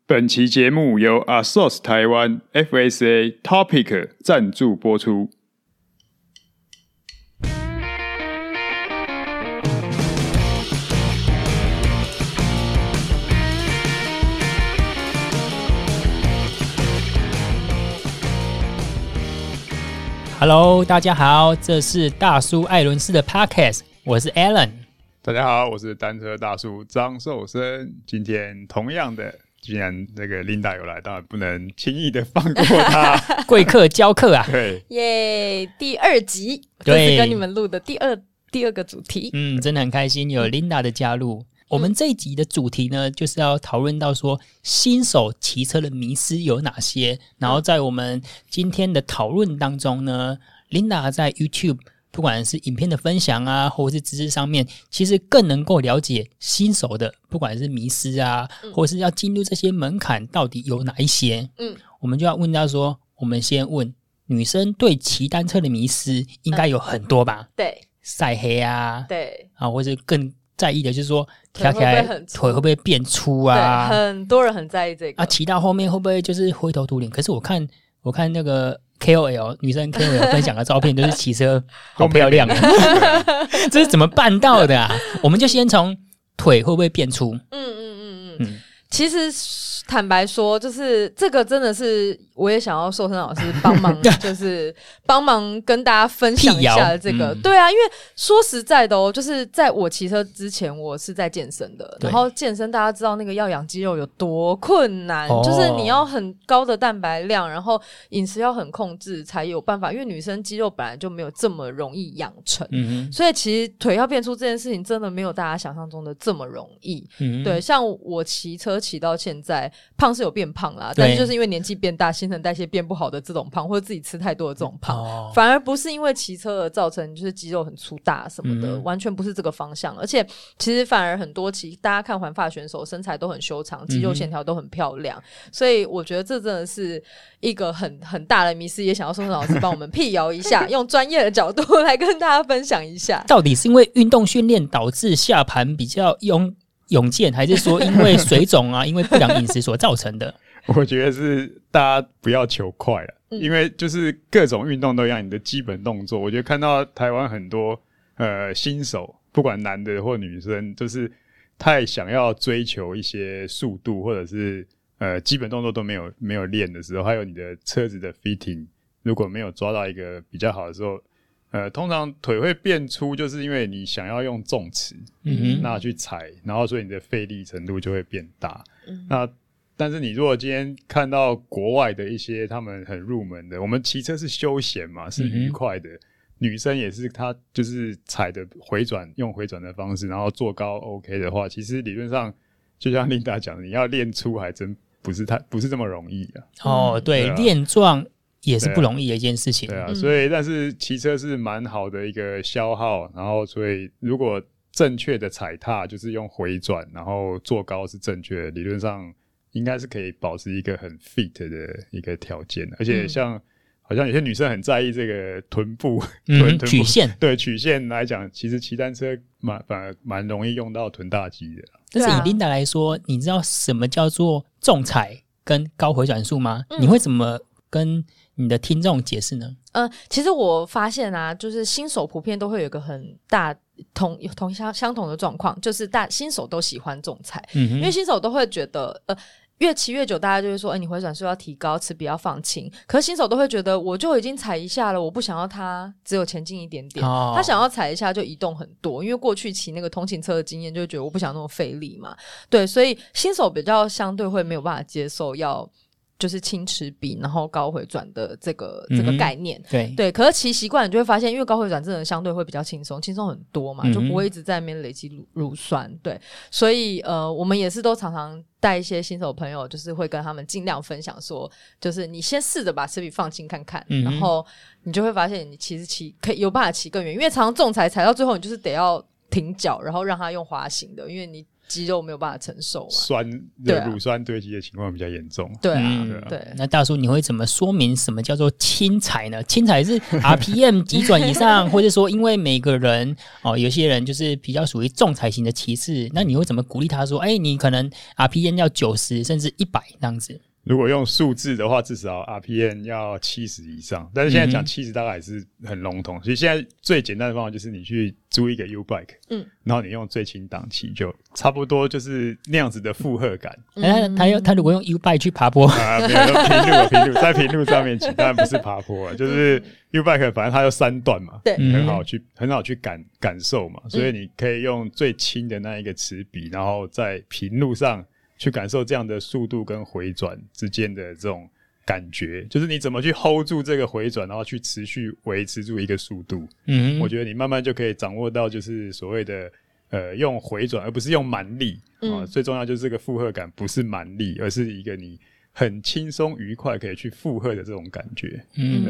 本期节目由 ASOS 台湾 FSA Topic 赞助播出。 Hello， 大家好，这是大叔艾伦斯的 Podcast， 我是 Alan。 大家好，我是单车大叔张寿生。今天同样的，既然那个 Linda 有来，当然不能轻易的放过他。 贵客教课啊， 对， 耶，第二集，这是跟你们录的第二个主题。 真的很开心有 Linda 的加入。我们这一集的主题呢，就是要讨论到说新手骑车的迷思有哪些。然后在我们今天的讨论当中呢，Linda 在 YouTube 不管是影片的分享啊，或者是知识上面，其实更能够了解新手的不管是迷思啊，或者是要进入这些门槛到底有哪一些。我们就要问到说，我们先问女生对骑单车的迷思应该有很多吧？ 对， 晒黑啊， 对啊，或者更在意的就是说跳起来腿会不会变粗啊？ 对，很多人很在意这个。 骑到后面会不会就是灰头土脸？可是我看那个 KOL 女生 KOL 分享的照片都是骑车好漂亮啊，这是怎么办到的啊？我们就先从腿会不会变粗。 其实坦白说，就是这个真的是我也想要寿生老师帮忙，就是帮忙跟大家分享一下这个。对啊，因为说实在的哦，就是在我骑车之前，我是在健身的，然后健身大家知道那个要养肌肉有多困难，就是你要很高的蛋白量，然后饮食要很控制才有办法，因为女生肌肉本来就没有这么容易养成，所以其实腿要变粗这件事情真的没有大家想象中的这么容易。对，像我骑车骑到现在，胖是有变胖啦，但是就是因为年纪变大，新陈代谢变不好的这种胖，或者自己吃太多的这种胖，反而不是因为骑车而造成就是肌肉很粗大什么的，完全不是这个方向。而且其实反而很多大家看环法选手身材都很修长，肌肉线条都很漂亮，所以我觉得这真的是一个很大的迷思，也想要寿生老师帮我们辟谣一下，用专业的角度来跟大家分享一下， 到底是因为运动训练导致下盘比较勇健，还是说因为水肿啊因为不良饮食所造成的？ 我觉得是大家不要求快了，因为就是各种运动都一样，你的基本动作，我觉得看到台湾很多新手，不管男的或女生，就是太想要追求一些速度，或者是基本动作都没有练的时候，还有你的车子的 fitting 如果没有抓到一个比较好的时候，通常腿会变粗，就是因为你想要用重齿那去踩，然后所以你的费力程度就会变大。那但是你如果今天看到国外的一些他们很入门的，我们骑车是休闲嘛，是愉快的，女生也是她就是踩的用回转的方式，然后坐高 OK 的话，其实理论上就像Linda讲的，你要练粗还真不是这么容易啊。 对，练壮也是不容易的一件事情。 对啊，所以但是骑车是蛮好的一个消耗，然后所以如果正确的踩踏就是用回转，然后坐高是正确的，理论上应该是可以保持一个很 fit 的一个条件。而且好像有些女生很在意这个臀部曲线， 对曲线来讲，其实骑单车反而蛮容易用到臀大肌的。 但是以 Linda 来说，你知道什么叫做重踩跟高回转数吗？你会怎么跟你的听众解释呢？ 其实我发现啊，就是新手普遍都会有一个很大相同的状况，就是新手都喜欢重踩，因为新手都会觉得越骑越久，大家就会说，你回转数要提高，齿比要放轻。可是新手都会觉得，我就已经踩一下了，我不想要它只有前进一点点，他想要踩一下就移动很多，因为过去骑那个通勤车的经验，就会觉得我不想那么费力嘛。对，所以新手比较相对会没有办法接受就是轻齿比然后高回转的这个概念。对，可是骑习惯你就会发现，因为高回转真的相对会比较轻松很多嘛，就不会一直在那边累积乳酸。对，所以我们也是都常常带一些新手朋友，就是会跟他们尽量分享说，就是你先试着把齿比放轻看看，然后你就会发现你其实可以有办法骑更远，因为常常重踩到最后你就是得要停脚，然后让它用滑行的，因为你肌肉没有办法承受嘛， 酸的乳酸堆积的情况比较严重。 对啊，对。 那大叔你会怎么说明什么叫做轻踩呢？轻踩是 RPM 几转以上，或者说因为每个人有些人就是比较属于重踩型的骑士，那你会怎么鼓励他说，你可能 RPM 要90甚至100这样子？ 如果用数字的话，至少 RPM 要70以上，但是现在讲70大概还是很笼统。其实现在最简单的方法就是你去租一个 U-Bike，然后你用最轻档骑，就差不多就是那样子的负荷感。 他如果用 U-Bike 去爬坡没有平路，在平路上面骑，当然不是爬坡了，就是 U-Bike 反正它有3段嘛， 对， 很好去感受嘛，所以你可以用最轻的那一个齿比，然后在平路上去感受这样的速度跟回转之间的这种感觉，就是你怎么去 hold 住这个回转，然后去持续维持住一个速度。我觉得你慢慢就可以掌握到就是所谓的用回转而不是用蛮力最重要就是这个负荷感不是蛮力，而是一个你很轻松愉快可以去负荷的这种感觉。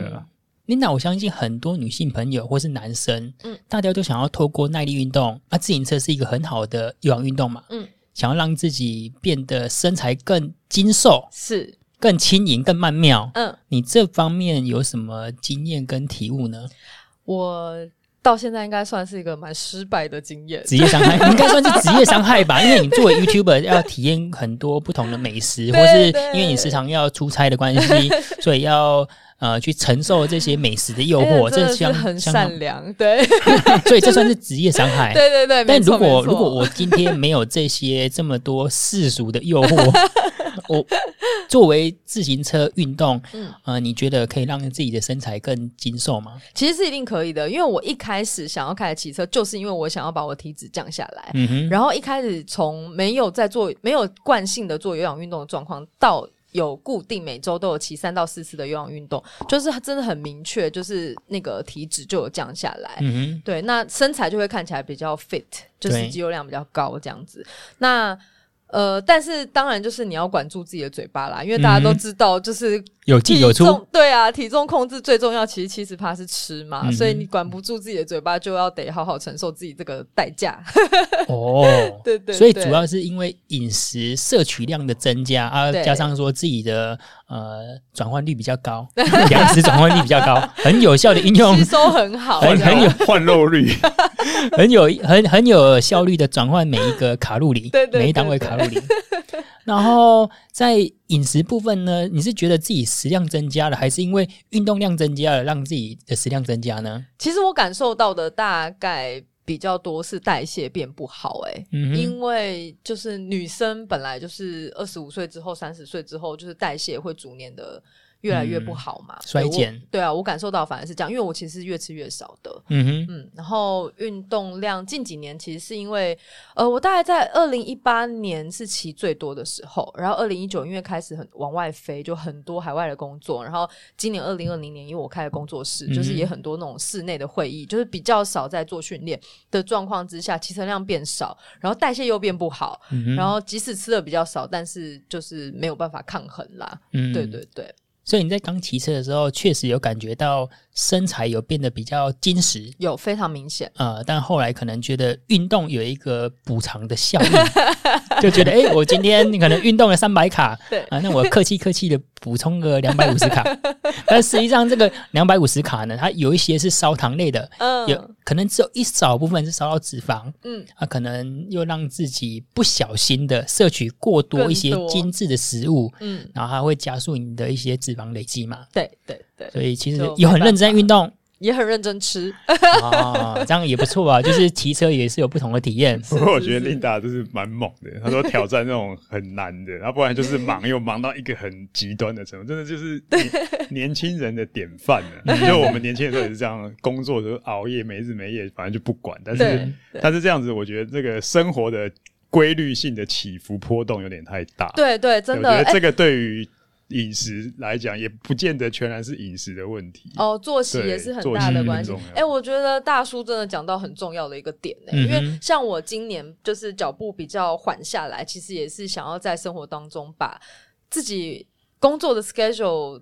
Linda， 我相信很多女性朋友或是男生，大家都想要透过耐力运动自行车是一个很好的有氧运动嘛，想要让自己变得身材更精瘦， 是更轻盈更曼妙。你这方面有什么经验跟体悟呢？ 我到现在应该算是一个蛮失败的经验， 职业伤害应该算是职业伤害吧，因为你作为 YouTuber 要体验很多不同的美食，或是因为你时常要出差的关系，所以要去承受这些美食的诱惑， 这是很善良，对， 所以这算是职业伤害。 对对对， 但如果我今天没有这些这么多世俗的诱惑，我作为自行车运动，你觉得可以让自己的身材更精瘦吗？ 其实是一定可以的，因为我一开始想要开始骑车，就是因为我想要把我体脂降下来。然后一开始从没有惯性的做有氧运动的状况，到有固定每周都有骑3到4次的有氧运动，就是真的很明确，就是那个体脂就有降下来。对，那身材就会看起来比较 fit， 就是肌肉量比较高这样子。那但是当然就是你要管住自己的嘴巴啦，因为大家都知道就是有进有出， 对啊，体重控制最重要，其实70%是吃嘛，所以你管不住自己的嘴巴，就要得好好承受自己这个代价。对对， 所以主要是因为饮食摄取量的增加加上说自己的转换率比较高，粮食转换率比较高，很有效的应用， 吸收很好， 很有换肉率， 很有效率的转换每一个卡路里，每一单位卡路里。然后在饮食部分呢，你是觉得自己食量增加了，还是因为运动量增加了让自己的食量增加呢？ 其实我感受到的大概比较多是代谢变不好因为就是女生本来就是25岁之后30岁之后就是代谢会逐年的越来越不好嘛， 衰减。 对啊，我感受到反而是这样，因为我其实是越吃越少的。然后运动量近几年其实是因为我大概在2018年是骑最多的时候，然后2019因为开始往外飞，就很多海外的工作，然后今年2020年因为我开了工作室，就是也很多那种室内的会议，就是比较少在做训练的状况之下，骑车量变少，然后代谢又变不好，然后即使吃的比较少，但是就是没有办法抗衡啦。对对对， 所以你在刚骑车的时候确实有感觉到身材有变得比较精实， 有非常明显。 但后来可能觉得运动有一个补偿的效应，就觉得我今天可能运动了300卡， 对那我客气的补充个250卡。但实际上这个250卡呢，它有一些是烧糖类的，有可能只有一少部分是烧到脂肪，可能又让自己不小心的摄取过多一些精致的食物，然后它会加速你的一些脂肪累积嘛。 对对对， 所以其实有很认真在运动， 也很认真吃这样也不错啊，就是骑车也是有不同的体验。 不过我觉得 Linda 就是蛮猛的，她说挑战那种很难的，然后不然就是又忙到一个很极端的程度，真的就是年轻人的典范了。就我们年轻的时候也是这样，工作的时候熬夜没日没夜，反正就不管，但是这样子我觉得这个生活的规律性的起伏波动有点太大。 对对，真的， 我觉得这个对于饮食来讲也不见得全然是饮食的问题作息也是很大的关系。我觉得大叔真的讲到很重要的一个点因为像我今年就是脚步比较缓下来，其实也是想要在生活当中把自己工作的 schedule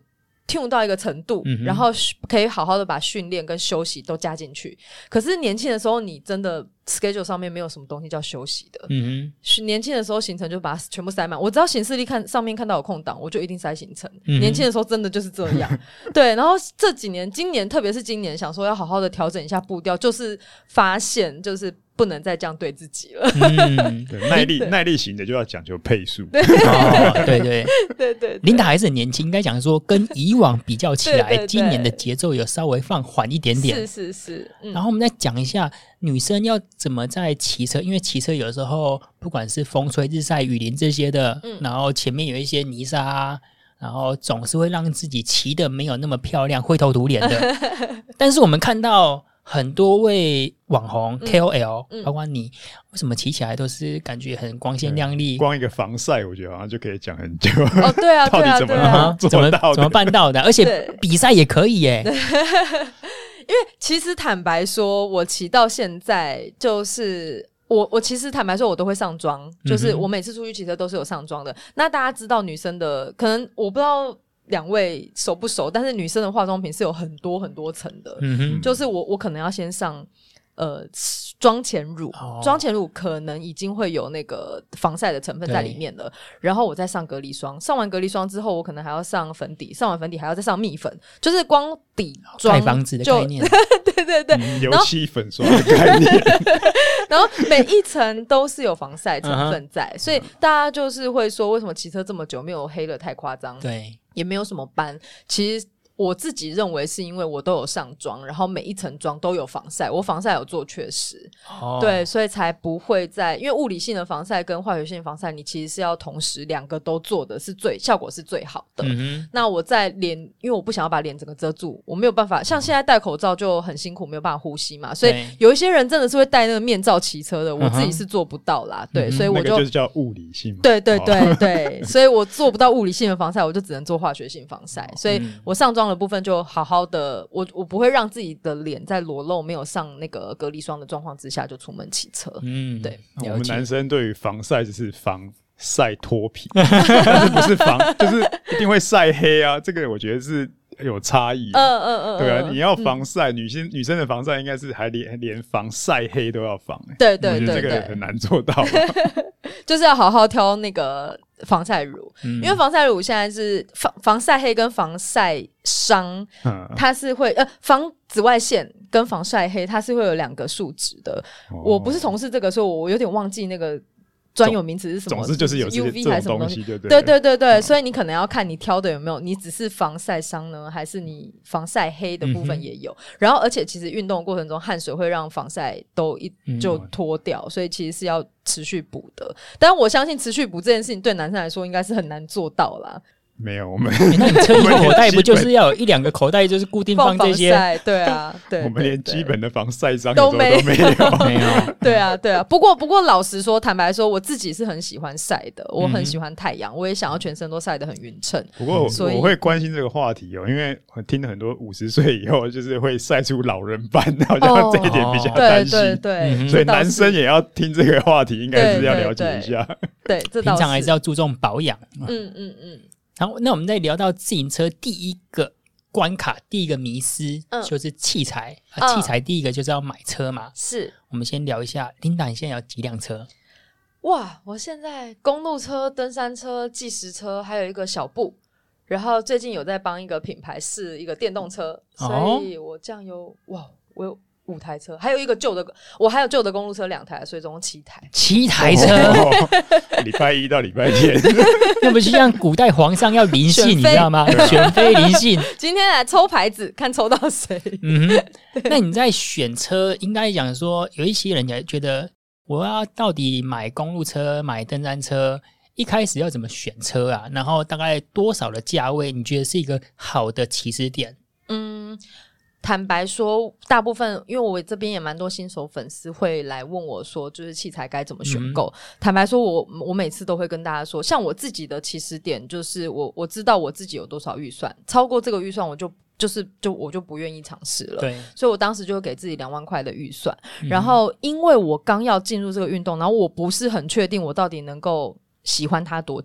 tune 到一个程度，然后可以好好的把训练跟休息都加进去。可是年轻的时候你真的 schedule 上面没有什么东西叫休息的，年轻的时候行程就把它全部塞满，我只要行事历上面看到有空档我就一定塞行程，年轻的时候真的就是这样对，然后这几年今年特别是今年想说要好好的调整一下步调，就是发现就是不能再这样对自己了对，耐力型的就要讲究配速对对琳达还是很年轻，应该讲说跟以往比较起来对今年的节奏有稍微放缓一点点， 是然后我们再讲一下女生要怎么在骑车，因为骑车有时候不管是风吹日晒雨淋这些的，然后前面有一些泥沙，然后总是会让自己骑得没有那么漂亮灰头土脸的但是我们看到很多位网红 KOL 包括你为什么骑起来都是感觉很光鲜亮丽， 光一个防晒我觉得好像就可以讲很久对啊到底怎么做到的怎么办到的，而且比赛也可以耶因为其实坦白说我骑到现在就是我其实坦白说我都会上妆，就是我每次出去骑车都是有上妆的。那大家知道女生的可能我不知道两位熟不熟，但是女生的化妆品是有很多很多层的，就是我可能要先上妆前乳，妆前乳可能已经会有那个防晒的成分在里面了，然后我再上隔离霜，上完隔离霜之后我可能还要上粉底，上完粉底还要再上蜜粉，就是光底妆盖房子的概念对油漆粉刷的概念然后每一层都是有防晒成分在所以大家就是会说为什么骑车这么久没有黑了太夸张， 对， 也没有什么斑，其实我自己认为是因为我都有上妆，然后每一层妆都有防晒，我防晒有做确实对，所以才不会因为物理性的防晒跟化学性防晒你其实是要同时两个都做的是效果是最好的那我在脸因为我不想要把脸整个遮住，我没有办法像现在戴口罩就很辛苦没有办法呼吸嘛，所以有一些人真的是会戴那个面罩骑车的我自己是做不到啦对，所以我就是叫物理性嘛对所以我做不到物理性的防晒，我就只能做化学性防晒所以我上妆的部分就好好的我不会让自己的脸在裸露没有上那个隔离霜的状况之下就出门骑车对， 我们男生对于防晒就是防晒脱皮但是不是防就是一定会晒黑啊，这个我觉得是有差异对啊，你要防晒女生的防晒应该是还连防晒黑都要防对我觉得这个很难做到就是要好好挑那个防晒乳因为防晒乳现在是防晒黑跟防晒伤它是会防紫外线跟防晒黑它是会有2个数值的我不是从事这个所以我有点忘记那个专有名词是什么， 总之就是有 UV 还是什么东西对所以你可能要看你挑的有没有你只是防晒伤呢还是你防晒黑的部分也有然后而且其实运动的过程中汗水会让防晒都就脱掉所以其实是要持续补的但我相信持续补这件事情对男生来说应该是很难做到啦没有我们那你车衣口袋不就是要有1-2个口袋就是固定放这些对啊对我们连基本的防晒伤都没有对啊不过老实说坦白说我自己是很喜欢晒的我很喜欢太阳我也想要全身都晒得很匀称不过我会关心这个话题因为我听了很多50岁以后就是会晒出老人斑好像这一点比较担心对所以男生也要听这个话题应该是要了解一下对这倒是平常还是要注重保养好，那我们再聊到自行车第一个关卡第一个迷思就是器材器材第一个就是要买车嘛是我们先聊一下Linda你现在有几辆车哇我现在公路车登山车计时车还有一个小步然后最近有在帮一个品牌试一个电动车所以我这样我有5台车还有一个我还有旧的公路车2台所以总共7台车礼拜一到礼拜天那不是像古代皇上要临幸你知道吗选妃临幸今天来抽牌子看抽到谁那你在选车应该讲说有一些人也觉得我要到底买公路车买登山车一开始要怎么选车啊然后大概多少的价位你觉得是一个好的起始点坦白说大部分因为我这边也蛮多新手粉丝会来问我说就是器材该怎么选购坦白说我每次都会跟大家说像我自己的起始点就是我知道我自己有多少预算超过这个预算我就不愿意尝试了对所以我当时就给自己2万块的预算然后因为我刚要进入这个运动然后我不是很确定我到底能够喜欢它多久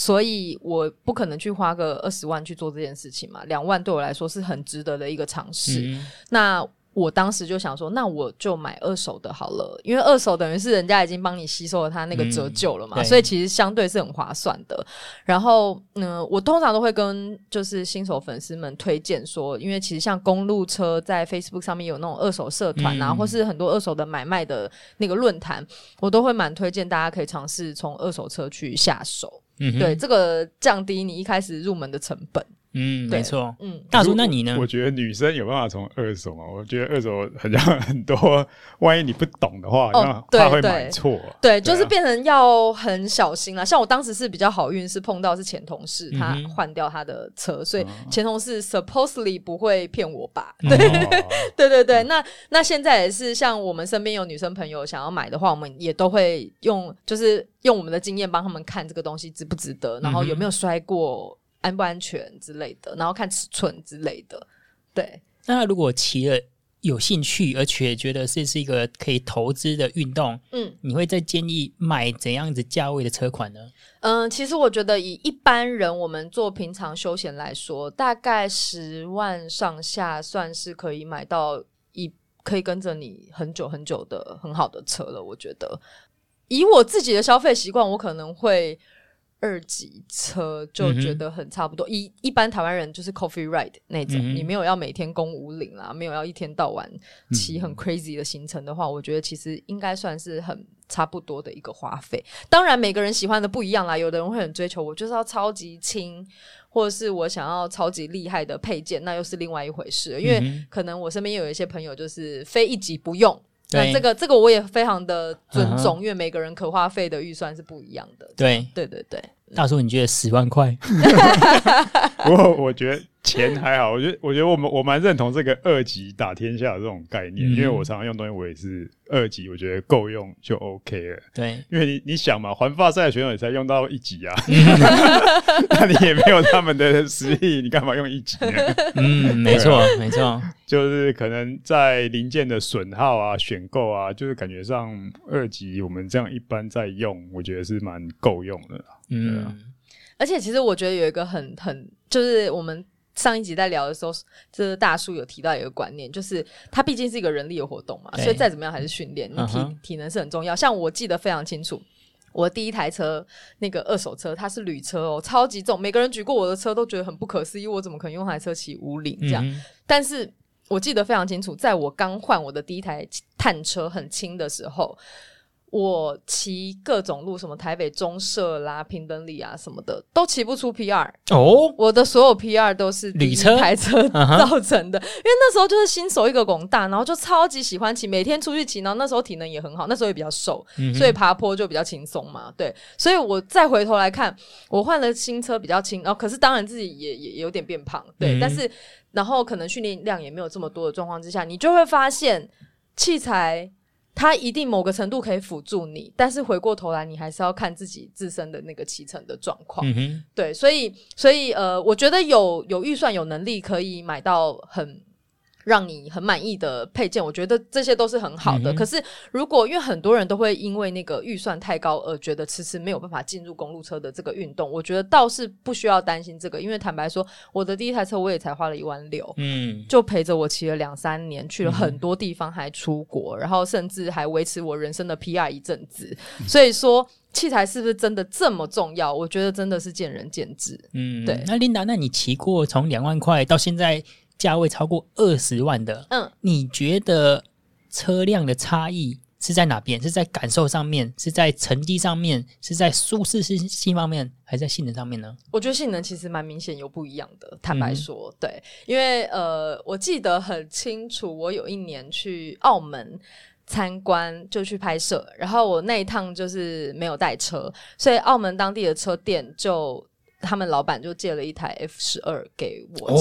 所以我不可能去花个20万去做这件事情嘛，2万对我来说是很值得的一个尝试。那我当时就想说，那我就买二手的好了，因为二手等于是人家已经帮你吸收了他那个折旧了嘛，所以其实相对是很划算的。然后我通常都会跟就是新手粉丝们推荐说，因为其实像公路车在 Facebook 上面有那种二手社团啊，或是很多二手的买卖的那个论坛，我都会蛮推荐大家可以尝试从二手车去下手。对，这个降低你一开始入门的成本。 没错。大叔，那你呢？ 我觉得女生有办法从二手嘛？我觉得二手很多，万一你不懂的话，怕会买错。 对，就是变成要很小心啦。像我当时是比较好运，是碰到是前同事，他换掉他的车，所以前同事 supposedly 不会骗我吧？对。那现在也是，像我们身边有女生朋友想要买的话，我们也都会用我们的经验帮他们看这个东西值不值得，然后有没有摔过，安不安全之类的，然后看尺寸之类的。对， 那如果骑了有兴趣，而且觉得这是一个可以投资的运动，你会再建议买怎样子价位的车款呢？ 其实我觉得以一般人我们做平常休闲来说，大概10万上下算是可以买到可以跟着你很久很久的很好的车了。我觉得以我自己的消费习惯，我可能会2级车就觉得很差不多。一般台湾人就是 coffee ride 那种，你没有要每天攻武岭啦，没有要一天到晚骑很 crazy 的行程的话，我觉得其实应该算是很差不多的一个花费。当然每个人喜欢的不一样啦，有的人会很追求我就是要超级轻，或者是我想要超级厉害的配件，那又是另外一回事。因为可能我身边有一些朋友就是非1级不用，那这个我也非常的尊重，因为每个人可花费的预算是不一样的。对。 大叔，你觉得10万块？ 不过我觉得钱还好，我觉得我蛮认同这个2级打天下的这种概念，因为我常常用东西，我也是2级，我觉得够用就 OK 了。 对， 因为你想嘛，环法赛的选手也才用到1级啊，那你也没有他们的实力，你干嘛用1级呢？ 没错， 就是可能在零件的损耗啊、选购啊，就是感觉上2级我们这样一般在用，我觉得是蛮够用的。 而且其实我觉得有一个很就是我们上一集在聊的时候，这大叔有提到一个观念，就是它毕竟是一个人力的活动嘛，所以再怎么样还是训练，你体能是很重要。像我记得非常清楚，我第一台车那个二手车，它是铝车哦，超级重，每个人举过我的车都觉得很不可思议，我怎么可能用台车骑武岭这样？但是我记得非常清楚，在我刚换我的第一台碳车很轻的时候，我骑各种路，什么台北中社啦、平等里啊什么的，都骑不出 PR 哦。我的所有 PR 都是第一台车造成的，因为那时候就是新手一个拱大，然后就超级喜欢骑，每天出去骑，然后那时候体能也很好，那时候也比较瘦，所以爬坡就比较轻松嘛。对，所以我再回头来看，我换了新车比较轻，然后可是当然自己也有点变胖，对，但是然后可能训练量也没有这么多的状况之下，你就会发现器材它一定某个程度可以辅助你，但是回过头来你还是要看自己自身的那个骑乘的状况。对，所以我觉得有预算有能力可以买到让你很满意的配件，我觉得这些都是很好的。可是如果因为很多人都会因为那个预算太高而觉得迟迟没有办法进入公路车的这个运动，我觉得倒是不需要担心这个，因为坦白说我的第一台车我也才花了16000，就陪着我骑了2-3年，去了很多地方，还出国，然后甚至还维持我人生的 PR 一阵子。所以说器材是不是真的这么重要，我觉得真的是见仁见智。对。 那 Linda， 那你骑过从2万块到现在价位超过20万的，你觉得车辆的差异是在哪边？是在感受上面，是在成绩上面，是在舒适性方面，还是在性能上面呢？ 我觉得性能其实蛮明显有不一样的，坦白说，对，因为我记得很清楚，我有一年去澳门参观，就去拍摄，然后我那一趟就是没有带车，所以澳门当地的车店他们老板就借了一台 F12 给我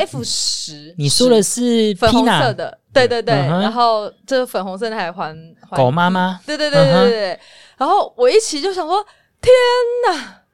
F10， 你说的是粉红色的，对，然后这粉红色那台还狗妈妈， 对，然后我一骑就想说，天哪，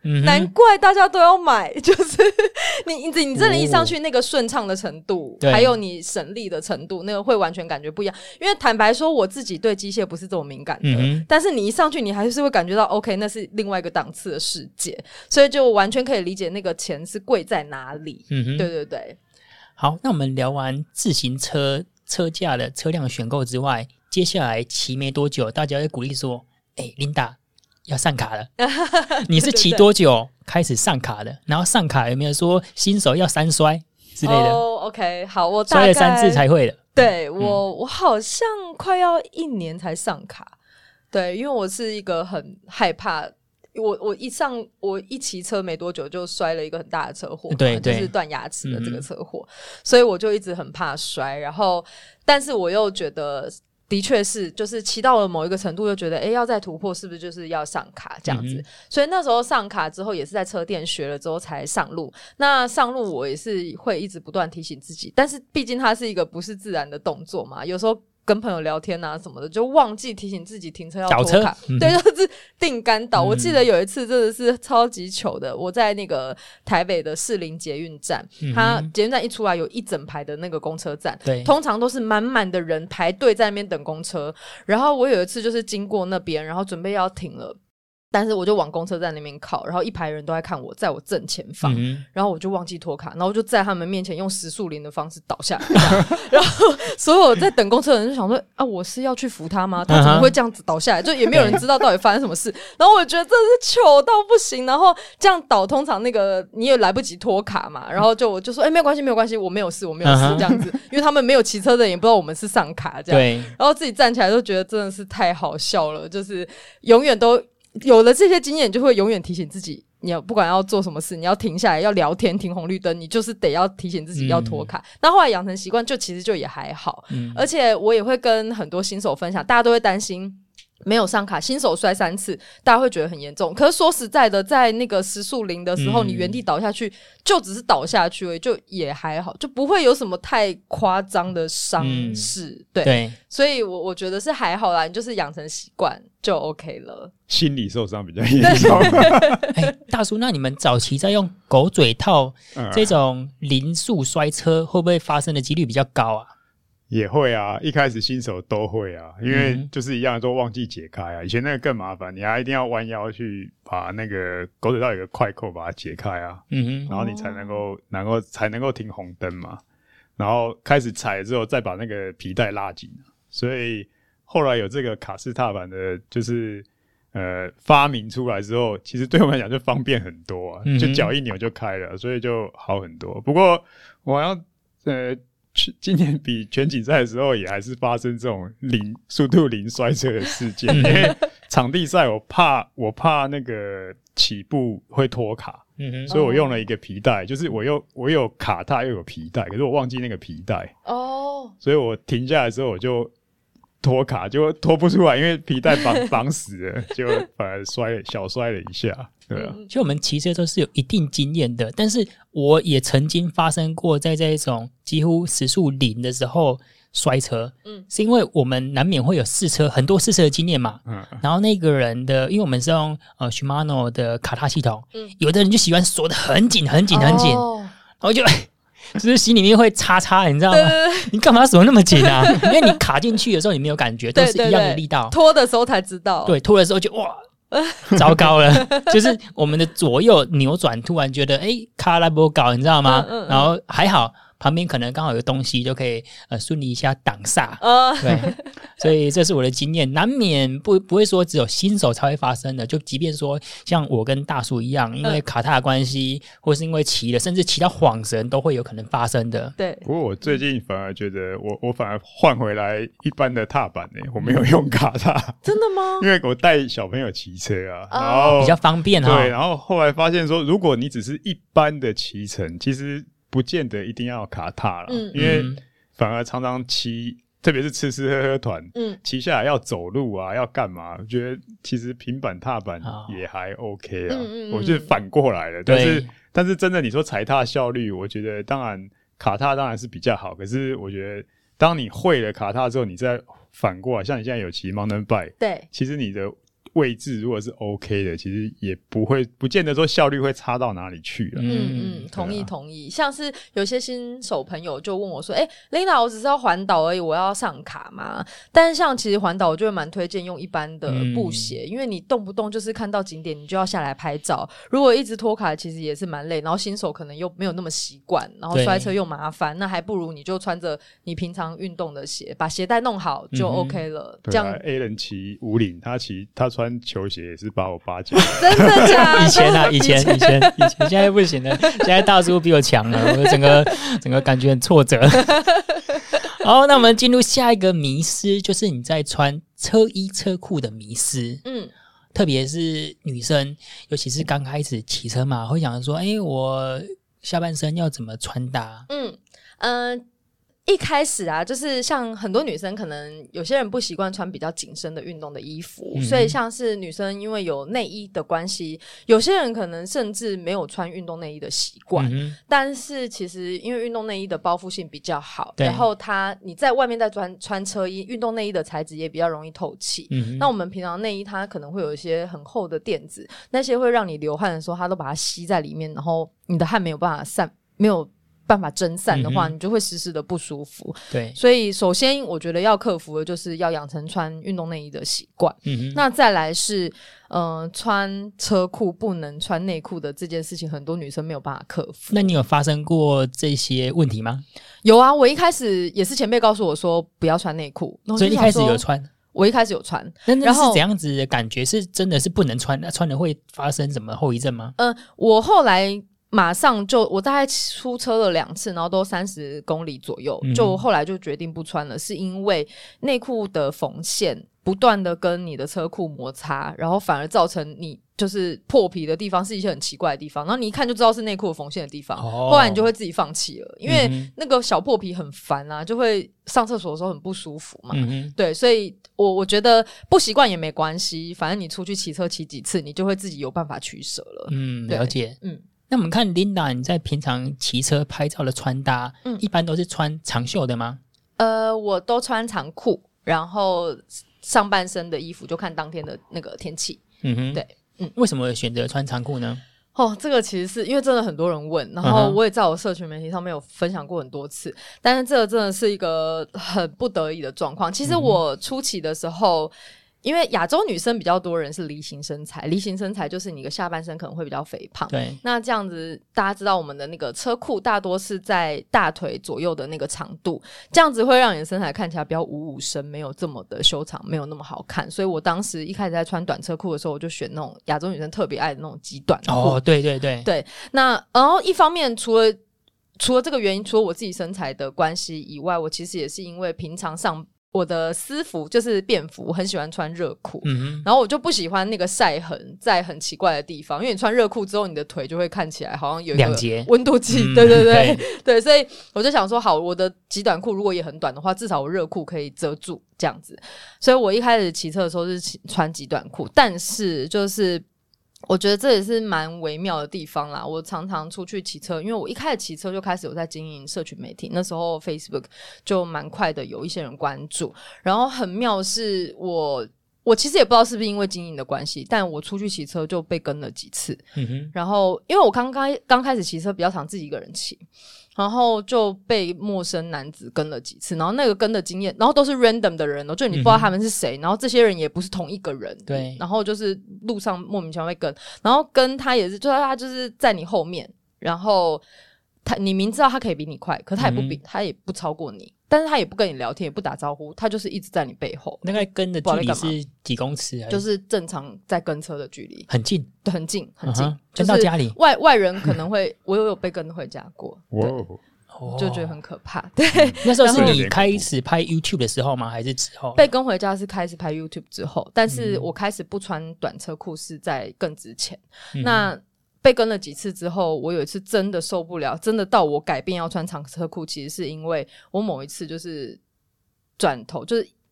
难怪大家都要买，就是你真的一上去那个顺畅的程度，还有你省力的程度，那个会完全感觉不一样。因为坦白说，我自己对机械不是这么敏感的，但是你一上去，你还是会感觉到 OK， 那是另外一个档次的世界，所以就完全可以理解那个钱是贵在哪里。对对对。 好，那我们聊完自行车车价的车辆选购之外，接下来骑没多久，大家会鼓励说：“Linda 要上卡了。”你是骑多久开始上卡的？然后上卡有没有说新手要3摔之类的 ？OK， 好，我大概摔了3次才会的。 对我好像快要1年才上卡。对，因为我是一个很害怕。我一骑车没多久就摔了一个很大的车祸，对，就是断牙齿的这个车祸，所以我就一直很怕摔。然后，但是我又觉得，的确是，就是骑到了某一个程度，又觉得，要再突破，是不是就是要上卡这样子？所以那时候上卡之后，也是在车店学了之后才上路。那上路我也是会一直不断提醒自己，但是毕竟它是一个不是自然的动作嘛，有时候跟朋友聊天啊什么的，就忘记提醒自己停车要拖卡，对，就是定杆倒。我记得有一次真的是超级糗的，我在那个台北的士林捷运站，它捷运站一出来有一整排的那个公车站，通常都是满满的人排队在那边等公车。然后我有一次就是经过那边，然后准备要停了。但是我就往公车站那边靠，然后一排人都在看我，在我正前方，然后我就忘记拖卡，然后我就在他们面前用时速0的方式倒下来，然后所有在等公车的人就想说啊，我是要去扶他吗？他怎么会这样子倒下来？就也没有人知道到底发生什么事。然后我觉得真的是糗到不行，然后这样倒，通常那个你也来不及拖卡嘛，然后我就说没有关系没有关系，我没有事这样子，因为他们没有骑车的人也不知道我们是上卡这样，然后自己站起来都觉得真的是太好笑了，就是永远都有了这些经验，你就会永远提醒自己，你要不管要做什么事，你要停下来要聊天停红绿灯，你就是得要提醒自己要拖卡。那后来养成习惯，就其实就也还好。而且我也会跟很多新手分享，大家都会担心没有上卡新手摔3次，大家会觉得很严重。可是说实在的，在那个时速0的时候，你原地倒下去就只是倒下去而已，就也还好，就不会有什么太夸张的伤势。对，所以我觉得是还好啦，你就是养成习惯就 OK 了。 心理受伤比较严重。 大叔，那你们早期在用狗嘴套这种零速摔车，会不会发生的几率比较高啊？ 也会啊，一开始新手都会啊，因为就是一样都忘记解开啊。以前那个更麻烦，你还一定要弯腰去把那个狗嘴套有个快扣把它解开啊，然后你才能够停红灯嘛。然后开始踩之后，再把那个皮带拉紧。所以后来有这个卡式踏板的，就是发明出来之后，其实对我们来讲就方便很多啊，就脚一扭就开了，所以就好很多。不过我要今年比全锦赛的时候也还是发生这种速度0摔车的事件，因为场地赛我怕那个起步会脱卡，所以我用了一个皮带，就是我有卡踏又有皮带，可是我忘记那个皮带所以我停下来之后我就脱卡，就脱不出来，因为皮带绑死了，就反而小摔了一下。对啊， 其实我们骑车都是有一定经验的，但是我也曾经发生过在这种几乎时速0的时候摔车，是因为我们难免会有很多试车的经验嘛，然后那个人的，因为我们是用Shimano 的卡踏系统，有的人就喜欢锁得很紧很紧很紧，然后就是心里面会叉，你知道吗？你干嘛锁那么紧啊？因为你卡进去的时候你没有感觉，都是一样的力道， 拖的时候才知道。 对，拖的时候就哇。糟糕了，就是我们的左右扭转，突然觉得卡拉波搞，你知道吗？然后还好旁边可能刚好有东西就可以顺利一下挡煞，对，所以这是我的经验，难免不会说只有新手才会发生的，就即便说像我跟大叔一样，因为卡踏的关系，或是因为骑了，甚至骑到晃神都会有可能发生的。 对， 不过我最近反而觉得我反而换回来一般的踏板我没有用卡踏。 真的吗？ 因为我带小朋友骑车啊，然后比较方便对，然后后来发现说，如果你只是一般的骑乘，其实不见得一定要卡踏啦，因为反而常常骑，特别是吃喝团，骑下来要走路啊，要干嘛？我觉得其实平板踏板也还 OK 啊，我觉得反过来了。但是真的你说踩踏效率，我觉得当然卡踏当然是比较好，可是我觉得当你会了卡踏之后，你再反过来，像你现在有骑 mountain bike， 对， 其实你的位置如果是 OK 的，其实也不见得说效率会差到哪里去了。 同意。像是有些新手朋友就问我说Linda 我只是要环岛而已，我要上卡吗？但是像其实环岛我就会蛮推荐用一般的布鞋，因为你动不动就是看到景点你就要下来拍照，如果一直拖卡其实也是蛮累，然后新手可能又没有那么习惯，然后摔车又麻烦，那还不如你就穿着你平常运动的鞋，把鞋带弄好就 OK 了。这样 A 人骑五岭，他穿球鞋也是把我8脚。 真的假的？ 以前啊，以前现在不行了，现在大叔比我强了，我整个感觉很挫折。好，那我们进入下一个迷思，就是你在穿车衣车裤的迷思。特别是女生，尤其是刚开始骑车嘛，会想说我下半身要怎么穿搭？ 一开始啊，就是像很多女生可能有些人不习惯穿比较紧身的运动的衣服，所以像是女生因为有内衣的关系，有些人可能甚至没有穿运动内衣的习惯，但是其实因为运动内衣的包覆性比较好，然后你在外面再穿车衣，运动内衣的材质也比较容易透气，那我们平常内衣它可能会有一些很厚的垫子，那些会让你流汗的时候它都把它吸在里面，然后你的汗没有办法散，没有办法蒸散的话，你就会湿湿的不舒服。 对， 所以首先我觉得要克服的就是要养成穿运动内衣的习惯。那再来是穿车裤不能穿内裤的这件事情，很多女生没有办法克服。 那你有发生过这些问题吗？ 有啊，我一开始也是前辈告诉我说不要穿内裤， 所以一开始有穿。 我一开始有穿， 那是怎样子的感觉？是真的是不能穿，那穿了会发生什么后遗症吗？ 我后来马上我大概出车了2次，然后都30公里左右，就后来就决定不穿了，是因为内裤的缝线不断的跟你的车裤摩擦，然后反而造成你就是破皮的地方是一些很奇怪的地方，然后你一看就知道是内裤的缝线的地方，后来你就会自己放弃了，因为那个小破皮很烦啊，就会上厕所的时候很不舒服嘛。对，所以我觉得不习惯也没关系，反正你出去骑车骑几次，你就会自己有办法取舍了。 了解。那我们看 Linda 你在平常骑车拍照的穿搭，一般都是穿长袖的吗？ 我都穿长裤，然后上半身的衣服就看当天的那个天气。对。 为什么选择穿长裤呢？ 这个其实是因为真的很多人问，然后我也在我社群媒体上面有分享过很多次，但是这个真的是一个很不得已的状况。其实我初期的时候，因为亚洲女生比较多人是梨形身材，梨形身材就是你的下半身可能会比较肥胖， 对， 那这样子大家知道我们的那个车裤大多是在大腿左右的那个长度，这样子会让你的身材看起来比较五五身，没有这么的修长，没有那么好看，所以我当时一开始在穿短车裤的时候，我就选那种亚洲女生特别爱的那种极短裤。对，那然后一方面除了这个原因，除了我自己身材的关系以外，我其实也是因为平常上我的私服就是便服，我很喜欢穿热裤，然后我就不喜欢那个晒痕在很奇怪的地方，因为你穿热裤之后你的腿就会看起来好像有一个温度计，对，所以我就想说好，我的极短裤如果也很短的话，至少我热裤可以遮住这样子，所以我一开始骑车的时候是穿极短裤，但是就是我觉得这也是蛮微妙的地方啦。我常常出去骑车，因为我一开始骑车就开始有在经营社群媒体，那时候 Facebook 就蛮快的有一些人关注，然后很妙是我其实也不知道是不是因为经营的关系，但我出去骑车就被跟了几次，然后因为我刚开始骑车比较常自己一个人骑，然后就被陌生男子跟了几次，然后那个跟的经验，然后都是 random 的人就你不知道他们是谁，然后这些人也不是同一个人， 对， 然后就是路上莫名其妙被跟，然后跟他也是，就是他就是在你后面，然后你明知道他可以比你快，可他也不超过你，但是他也不跟你聊天，也不打招呼，他就是一直在你背后。 大概跟的距离是几公尺？ 就是正常在跟车的距离， 很近， 对，很近， 跟到家里。 外人可能会，我有被跟回家过，就觉得很可怕。对， 那时候是你开始拍 YouTube 的时候吗？还是之后？ 被跟回家是开始拍 YouTube 之后，但是我开始不穿短车裤是在更之前。那被跟了几次之后，我有一次真的受不了，真的到我改变要穿长车裤，其实是因为我某一次就是转头，就是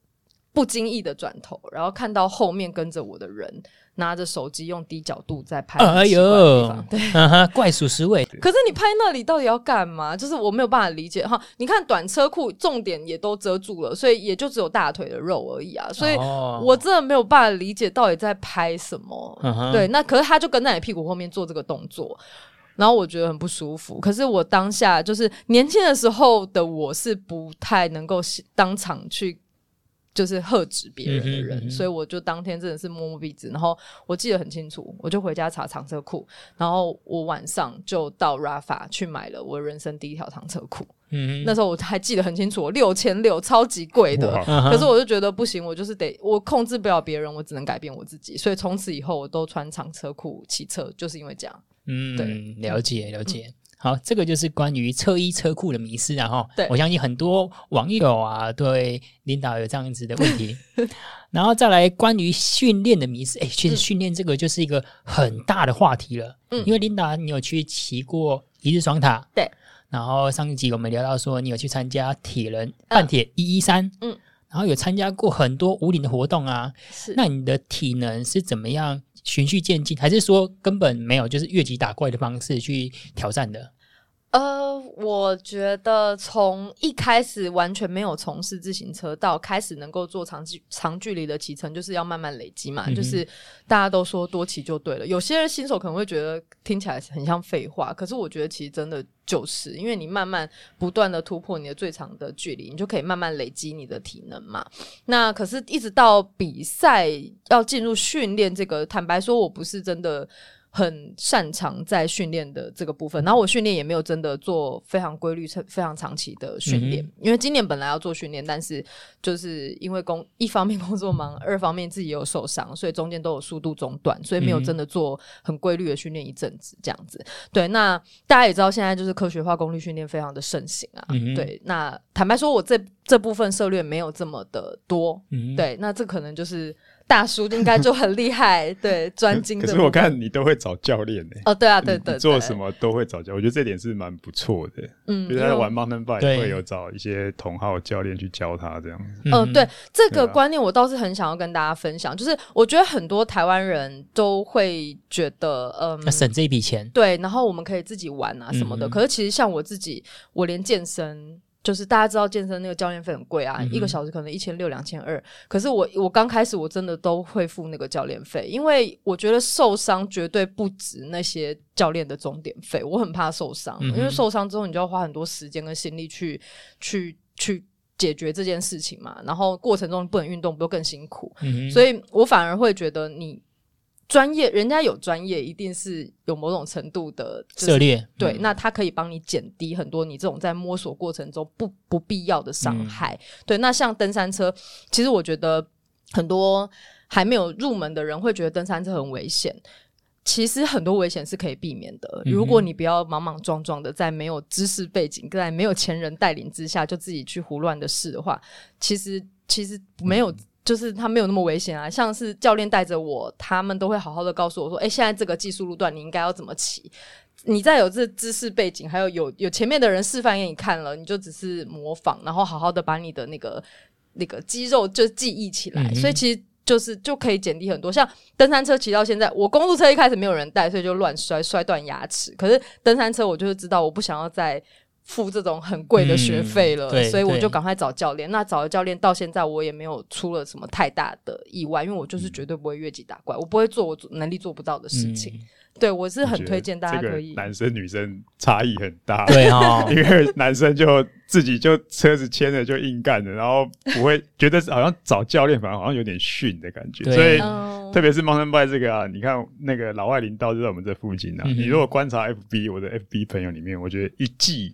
不经意的转头，然后看到后面跟着我的人拿着手机用低角度在拍很奇怪的地方，对， 怪属实味。 可是你拍那里到底要干嘛？就是我没有办法理解哈。你看短车裤重点也都遮住了，所以也就只有大腿的肉而已啊。所以我真的没有办法理解到底在拍什么。对，那可是他就跟在你屁股后面做这个动作。然后我觉得很不舒服，可是我当下就是年轻的时候的我是不太能够当场去就是喝止别人的人，所以我就当天真的是摸摸鼻子，然后我记得很清楚，我就回家查长车裤，然后我晚上就到 Rafa 去买了我人生第一条长车裤。那时候我还记得很清楚，6600超级贵的，可是我就觉得不行，我就是我控制不了别人，我只能改变我自己，所以从此以后我都穿长车裤骑车，就是因为这样。对， 了解。好，这个就是关于车衣车裤的迷思啊齁。 对， 我相信很多网友啊对Linda有这样子的问题。然后再来关于训练的迷思，其实训练这个就是一个很大的话题了。因为Linda你有去骑过一日双塔， 对。 然后上一集我们聊到说你有去参加铁人半铁113，然后有参加过很多武岭的活动啊。 是。 那你的体能是怎么样循序渐进，还是说根本没有就是越级打怪的方式去挑战的？ 我觉得从一开始完全没有从事自行车到开始能够做长距离的骑乘，就是要慢慢累积嘛。就是大家都说多骑就对了，有些人新手可能会觉得听起来很像废话，可是我觉得其实真的就是因为你慢慢不断的突破你的最长的距离，你就可以慢慢累积你的体能嘛。那可是一直到比赛要进入训练这个，坦白说我不是真的很擅长在训练的这个部分，然后我训练也没有真的做非常规律非常长期的训练，因为今年本来要做训练，但是就是因为一方面工作忙，二方面自己也有受伤，所以中间都有速度中断，所以没有真的做很规律的训练一阵子这样子。对，那大家也知道现在就是科学化功率训练非常的盛行啊。对，那坦白说我这部分涉猎没有这么的多。对，那这可能就是大叔应该就很厉害，对，专精的。 可是我看你都会找教练哦，对啊，对， 你做什么都会找教练，我觉得这点是蛮不错的。就是在玩 mountain bike 会有找一些同好教练去教他这样子。 对，这个观念我倒是很想要跟大家分享，就是我觉得很多台湾人都会觉得省这一笔钱， 对，然后我们可以自己玩啊什么的。可是其实像我自己，我连健身。就是大家知道健身那个教练费很贵啊，一个小时可能1600、2200，可是我刚开始我真的都会付那个教练费，因为我觉得受伤绝对不止那些教练的钟点费，我很怕受伤，因为受伤之后你就要花很多时间跟心力去解决这件事情嘛，然后过程中不能运动不就更辛苦，所以我反而会觉得你专业，人家有专业一定是有某种程度的涉猎， 对，那他可以帮你减低很多你这种在摸索过程中不必要的伤害。对，那像登山车，其实我觉得很多还没有入门的人会觉得登山车很危险，其实很多危险是可以避免的，如果你不要莽莽撞撞的在没有知识背景在没有前人带领之下就自己去胡乱的试的话，其实没有就是他没有那么危险啊，像是教练带着我，他们都会好好的告诉我说现在这个技术路段你应该要怎么骑，你再有这知识背景还有前面的人示范给你看了，你就只是模仿，然后好好的把你的那个肌肉就记忆起来，所以其实就可以减低很多。像登山车骑到现在，我公路车一开始没有人带，所以就乱摔断牙齿，可是登山车我就是知道我不想要再付这种很贵的学费了，所以我就赶快找教练。那找了教练到现在我也没有出了什么太大的意外，因为我就是绝对不会越级打怪，我不会做我能力做不到的事情。对，我是很推荐大家可以。 男生女生差异很大， 对哦， 因为男生就自己就车子牵着就硬干的，然后不会觉得好像找教练反而好像有点逊的感觉，所以特别是 mountain bike 这个啊，你看那个老外林道就在我们这附近啊，你如果观察 FB 我的 FB 朋友里面，我觉得一季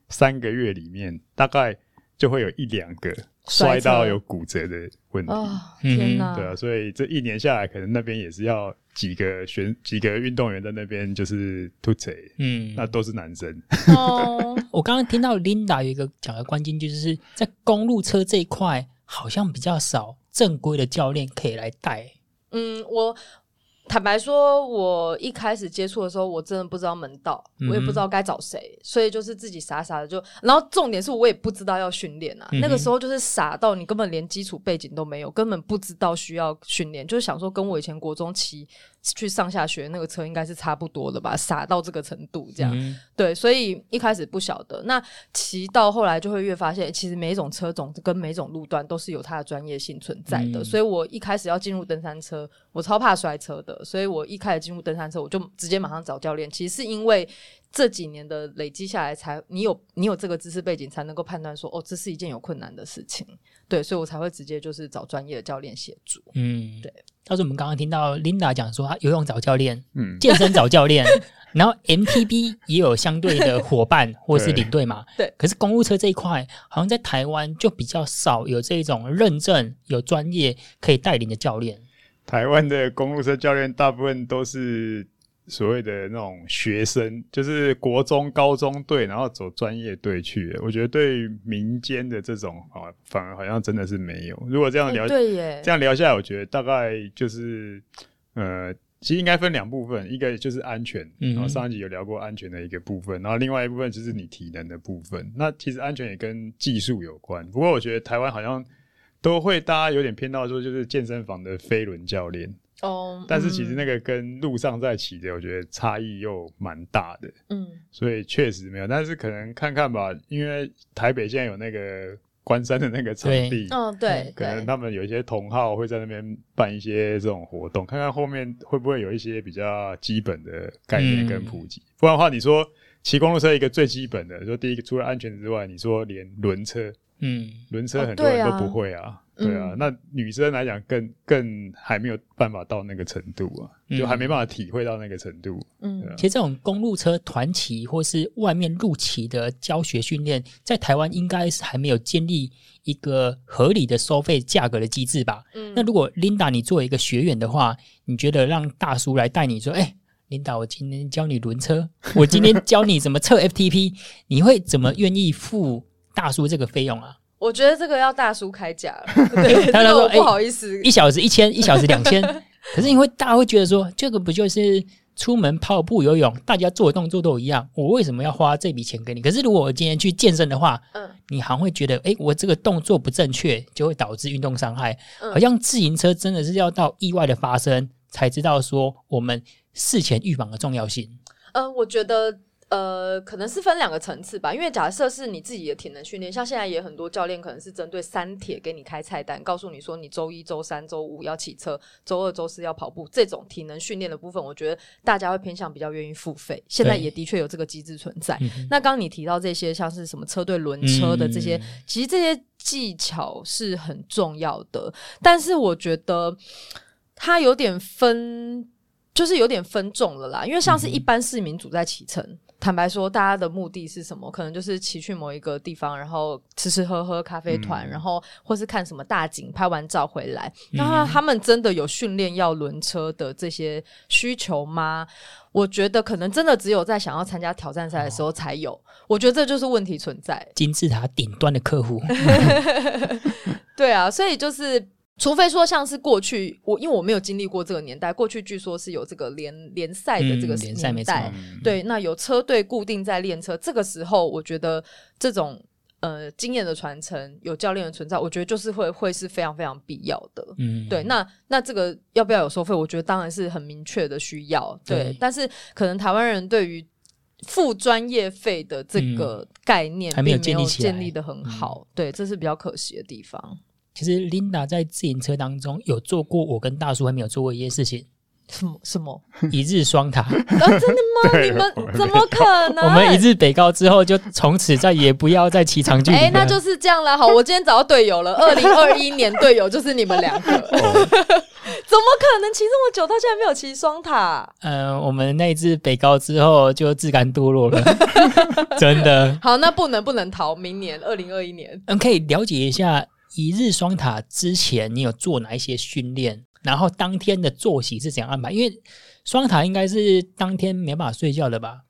3个月里面大概就会有1-2个摔到有骨折的问题。 天哪！ 对啊，所以这1年下来，可能那边也是要几个运动员在那边就是突锤，那都是男生。 我刚刚听到 Linda 有一个讲的关键，就是在公路车这一块，好像比较少正规的教练可以来带。 坦白说，我一开始接触的时候，我真的不知道门道，我也不知道该找谁，所以就是自己傻傻的就，然后重点是我也不知道要训练啊，那个时候就是傻到你根本连基础背景都没有，根本不知道需要训练，就是想说跟我以前国中骑去上下学那个车应该是差不多的吧，傻到这个程度这样，对，所以一开始不晓得，那骑到后来就会越发现，其实每一种车种跟每一种路段都是有它的专业性存在的，所以我一开始要进入登山车，我超怕摔车的，所以我一开始进入登山车，我就直接马上找教练。其实是因为这几年的累积下来才，你有这个知识背景，才能够判断说，这是一件有困难的事情。对，所以我才会直接就是找专业的教练协助。对。 到时候我们刚刚听到 Linda 讲说，她游泳找教练，健身找教练，然后 MTB 也有相对的伙伴或是领队嘛。 对。 可是公路车这一块，好像在台湾就比较少有这种认证、有专业可以带领的教练。 台湾的公路车教练大部分都是所谓的那种学生，就是国中高中队然后走专业队去的，我觉得对民间的这种反而好像真的是没有。如果这样聊， 对耶， 这样聊下来，我觉得大概就是其实应该分两部分，一个就是安全，然后上一集有聊过安全的一个部分，然后另外一部分就是你体能的部分。那其实安全也跟技术有关，不过我觉得台湾好像都会大家有点偏到说就是健身房的飞轮教练。但是其实那个跟路上在骑的我觉得差异又蛮大的，所以确实没有，但是可能看看吧，因为台北现在有那个关山的那个场地， 对， 可能他们有一些同好会在那边办一些这种活动，看看后面会不会有一些比较基本的概念跟普及，不然的话你说骑公路车一个最基本的，说第一个除了安全之外，你说连轮车轮车很多人都不会啊，对啊，那女生来讲更还没有办法到那个程度啊，就还没办法体会到那个程度。 其实这种公路车团骑或是外面路骑的教学训练，在台湾应该是还没有建立一个合理的收费价格的机制吧。那如果 Linda 你作为一个学员的话，你觉得让大叔来带你说Linda 我今天教你轮车，我今天教你怎么测 FTP 你会怎么愿意付大叔这个费用啊？ 我觉得这个要大叔开价了，对，他说不好意思 ，1小时1000，1小时2000，可是因为大家会觉得说，这个不就是出门跑步游泳，大家做的动作都一样，我为什么要花这笔钱给你？可是如果我今天去健身的话，你还会觉得，我这个动作不正确，就会导致运动伤害，好像自行车真的是要到意外的发生，才知道说我们事前预防的重要性。 我觉得。可能是分两个层次吧，因为假设是你自己的体能训练，像现在也很多教练可能是针对三铁给你开菜单，告诉你说你周一周三周五要骑车，周二周四要跑步，这种体能训练的部分我觉得大家会偏向比较愿意付费，现在也的确有这个机制存在。那刚刚你提到这些像是什么车队轮车的这些，其实这些技巧是很重要的，但是我觉得它有点就是有点分众了啦，因为像是一般市民组在骑乘，坦白说大家的目的是什么？可能就是骑去某一个地方，然后吃喝咖啡团，然后或是看什么大景，拍完照回来。那他们真的有训练要轮车的这些需求吗？我觉得可能真的只有在想要参加挑战赛的时候才有，我觉得这就是问题存在。 金字塔顶端的客户对啊，所以就是除非说像是过去因为我没有经历过这个年代，过去据说是有这个联赛的这个年代，对，那有车队固定在练车，这个时候我觉得这种经验的传承，有教练的存在，我觉得就是会是非常非常必要的。对，那这个要不要有收费？我觉得当然是很明确的需要，对，但是可能台湾人对于付专业费的这个概念并没有建立的很好，对，这是比较可惜的地方。 其实 Linda 在自行车当中有做过我跟大叔还没有做过一件事情。 什么？ 一日双塔。 真的吗？你们怎么可能？ 我们一日北高之后就从此再也不要再骑长距离了。 那就是这样啦。好，我今天找到队友了，2021年队友就是你们两个。怎么可能骑这么久到现在没有骑双塔？ 我们那一次北高之后就自甘堕落了。真的。 好，那不能逃，明年2021年。 可以了解一下一日双塔之前你有做哪一些训练，然后当天的作息是怎样安排？因为双塔应该是当天没办法睡觉的吧？ 对，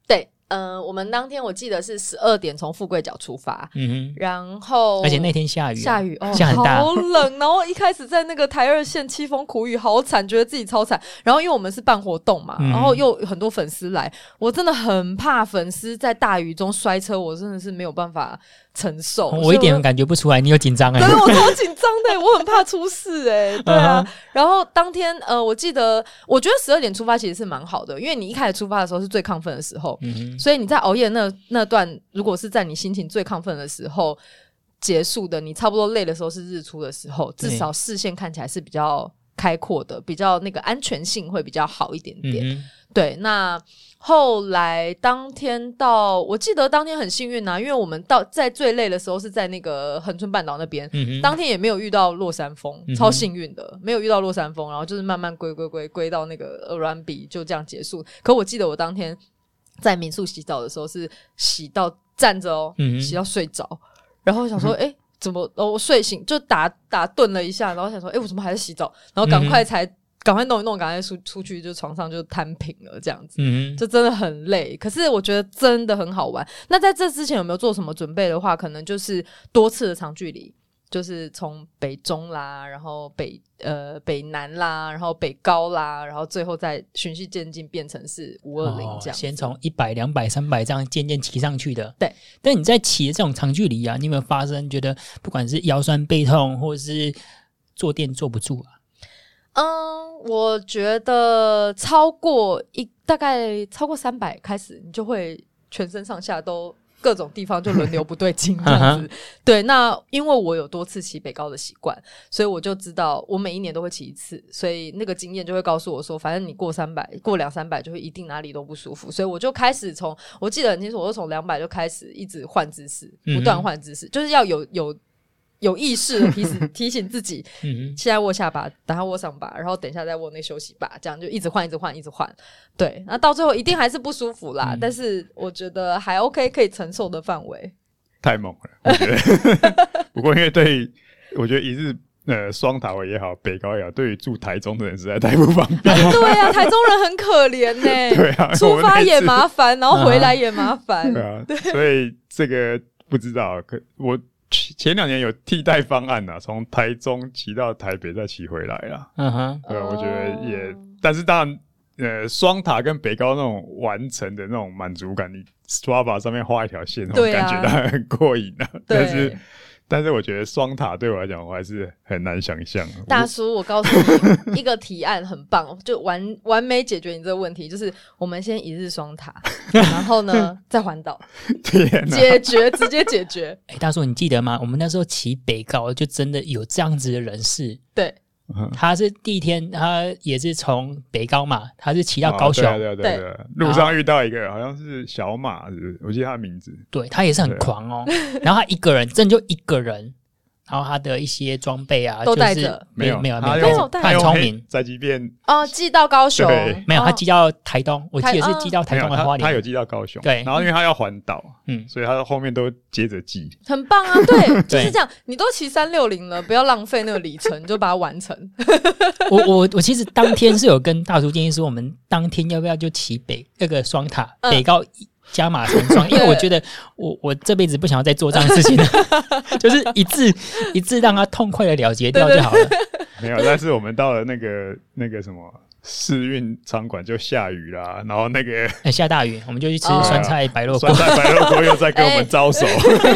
我们当天我记得是12点从富贵角出发，然后而且那天下雨下很大， 好冷。然后一开始在那个台2线凄风苦雨，好惨，觉得自己超惨。然后因为我们是办活动嘛，然后又很多粉丝来，我真的很怕粉丝在大雨中摔车，我真的是没有办法承受。 我一点感觉不出来你有紧张对，我超紧张的，我很怕出事对啊。然后当天我记得我觉得12点出发其实是蛮好的，因为你一开始出发的时候是最亢奋的时候，所以你在熬夜那段，如果是在你心情最亢奋的时候结束的，你差不多累的时候是日出的时候，至少视线看起来是比较开阔的，比较那个安全性会比较好一点点。对，那后来当天我记得当天很幸运因为我们在最累的时候是在那个恒春半岛那边，当天也没有遇到落山风，超幸运的，没有遇到落山风，然后就是慢慢归到那个鹅銮鼻，就这样结束。可我记得我当天在民宿洗澡的时候是洗到站着洗到睡着，然后想说怎么我睡醒就打盹了一下，然后想说我怎么还在洗澡，然后赶快弄一弄，赶快出去就床上就摊平了这样子，就真的很累。可是我觉得真的很好玩。那在这之前有没有做什么准备的话，可能就是多次的长距离，就是从北中啦，然后北南啦，然后北高啦，然后最后再循序渐进变成是520这样， 先从100、200、300这样渐渐骑上去的。 对， 但你在骑的这种长距离你有没有发生觉得不管是腰酸背痛，或者是坐垫坐不住我觉得大概超过300开始，你就会全身上下都各种地方就轮流不对劲这样子。对，那因为我有多次骑北高的习惯，所以我就知道我每一年都会骑一次，所以那个经验就会告诉我说，反正你过300过200-300就会一定哪里都不舒服，所以我就开始我记得很清楚，我就从200就开始一直换姿势，不断换姿势，就是要有意识的提醒自己现在握下巴，等下握上巴，然后等一下再握那休息把，这样就一直换对，那到最后一定还是不舒服啦，但是我觉得还 OK， 可以承受的范围。 太猛了我觉得不过因为我觉得一日双塔也好北高也好，对于住台中的人实在太不方便对啊，台中人很可怜对啊， 出发也麻烦，然后回来也麻烦对啊，所以这个不知道我前2年有替代方案从台中骑到台北再骑回来我觉得但是当然双塔跟北高那种完成的那种满足感，你刷把上面画一条线那种感觉当然很过瘾但是我觉得双塔对我来讲我还是很难想象。 大叔，我告诉你一个提案很棒，就完美解决你这个问题，就是我们先一日双塔然后呢再环岛直接解决大叔你记得吗？我们那时候骑北高就真的有这样子的人士。 对， 他是第一天他也是从北高嘛，他是骑到高雄对，路上遇到一个好像是小马是不是，我记得他的名字， 对，他也是很狂然后他一个人真就一个人，然后他的一些装备都带着、 就是没有他很聪明， 在即便寄到高雄， 没有他寄到台东，我记得是寄到台东的花莲， 他有寄到高雄， 对， 然后因为他要环岛所以他后面都接着寄， 很棒对就是这样，你都骑360了，不要浪费那个里程，就把它完成我其实当天是有跟大叔建议说，我们当天要不要就骑那个双塔北高加码成双，因为我觉得我这辈子不想要再做这样的事情了就是一次让他痛快的了结掉就好了没有，但是我们到了那个什么世运场馆就下雨啦，然后那个下大雨，我们就去吃酸菜白肉锅， 酸菜白肉锅又在跟我们招手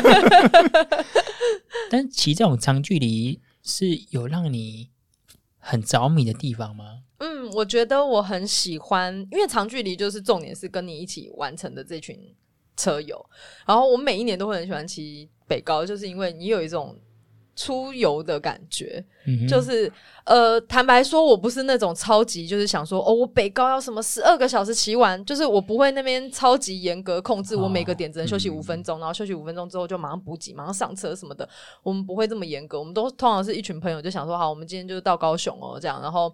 但骑这种长距离是有让你很着迷的地方吗？ 我觉得我很喜欢，因为长距离就是重点是跟你一起完成的这群车友，然后我每一年都会很喜欢骑北高，就是因为你有一种出游的感觉，就是坦白说我不是那种超级就是想说我北高要什么12个小时骑完，就是我不会那边超级严格控制我每个点只能休息5分钟然后休息5分钟之后就马上补给马上上车什么的，我们不会这么严格，我们都通常是一群朋友就想说好我们今天就到高雄这样，然后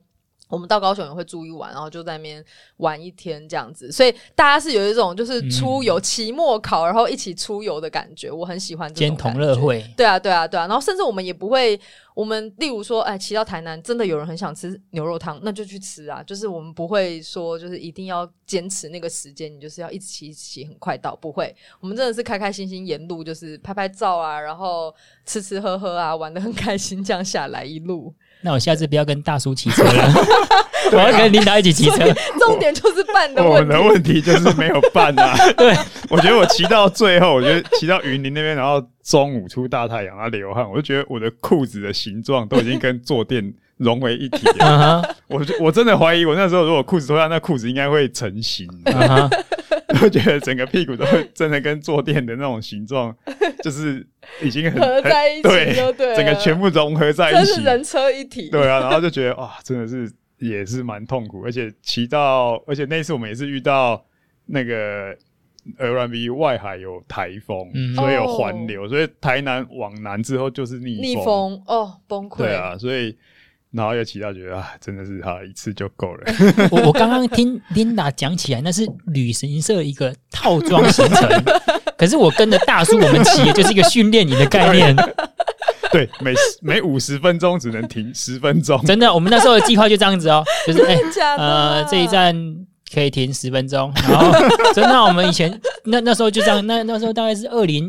我们到高雄也会住一晚，然后就在那边玩一天这样子，所以大家是有一种就是出游期末考然后一起出游的感觉，我很喜欢这种感觉。 兼同乐会。 对啊然后甚至我们也不会，我们例如说骑到台南真的有人很想吃牛肉汤，那就去吃啊，就是我们不会说就是一定要坚持那个时间，你就是要一直骑很快到，不会，我们真的是开开心心沿路就是拍拍照啊，然后吃喝喝啊，玩得很开心，这样下来一路。那我下次不要跟大叔骑车了我要跟琳达一起骑车。 重点就是伴的问题。 我的问题就是没有伴啊对，我觉得我骑到最后，我觉得骑到云林那边，然后中午出大太阳然后流汗，我就觉得我的裤子的形状都已经跟坐垫融为一体了我真的怀疑我那时候如果裤子脱下，那裤子应该会成型我觉得整个屁股都会真的跟坐垫的那种形状就是已经合在一起，对， 整个全部融合在一起， 真是人车一体。 对啊，然后就觉得哇，真的是也是蛮痛苦，而且而且那次我们也是遇到那个鹅銮鼻外海有台风，所以有环流，所以台南往南之后就是逆风崩溃。 对啊，所以然后又骑到觉得真的是一次就够了我刚刚听 Linda 讲起来那是旅行社一个套装行程可是我跟着大叔我们骑的就是一个训练营的概念对，每50分钟只能停10分钟真的，我们那时候的计划就这样子就是这一站可以停10分钟，然后真的我们以前那时候就这样，那时候大概是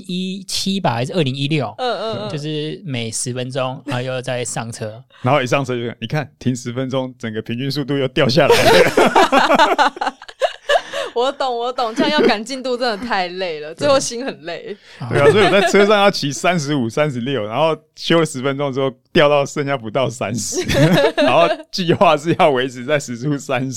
2017吧还是2016就是每10分钟然后又再上车， 然后一上车就你看停10分钟整个平均速度又掉下来了我懂，这样要赶进度真的太累了，最后心很累。 对啊，所以我在车上要骑35、36，然后休了10分钟之后掉到剩下不到30，然后计划是要维持在时速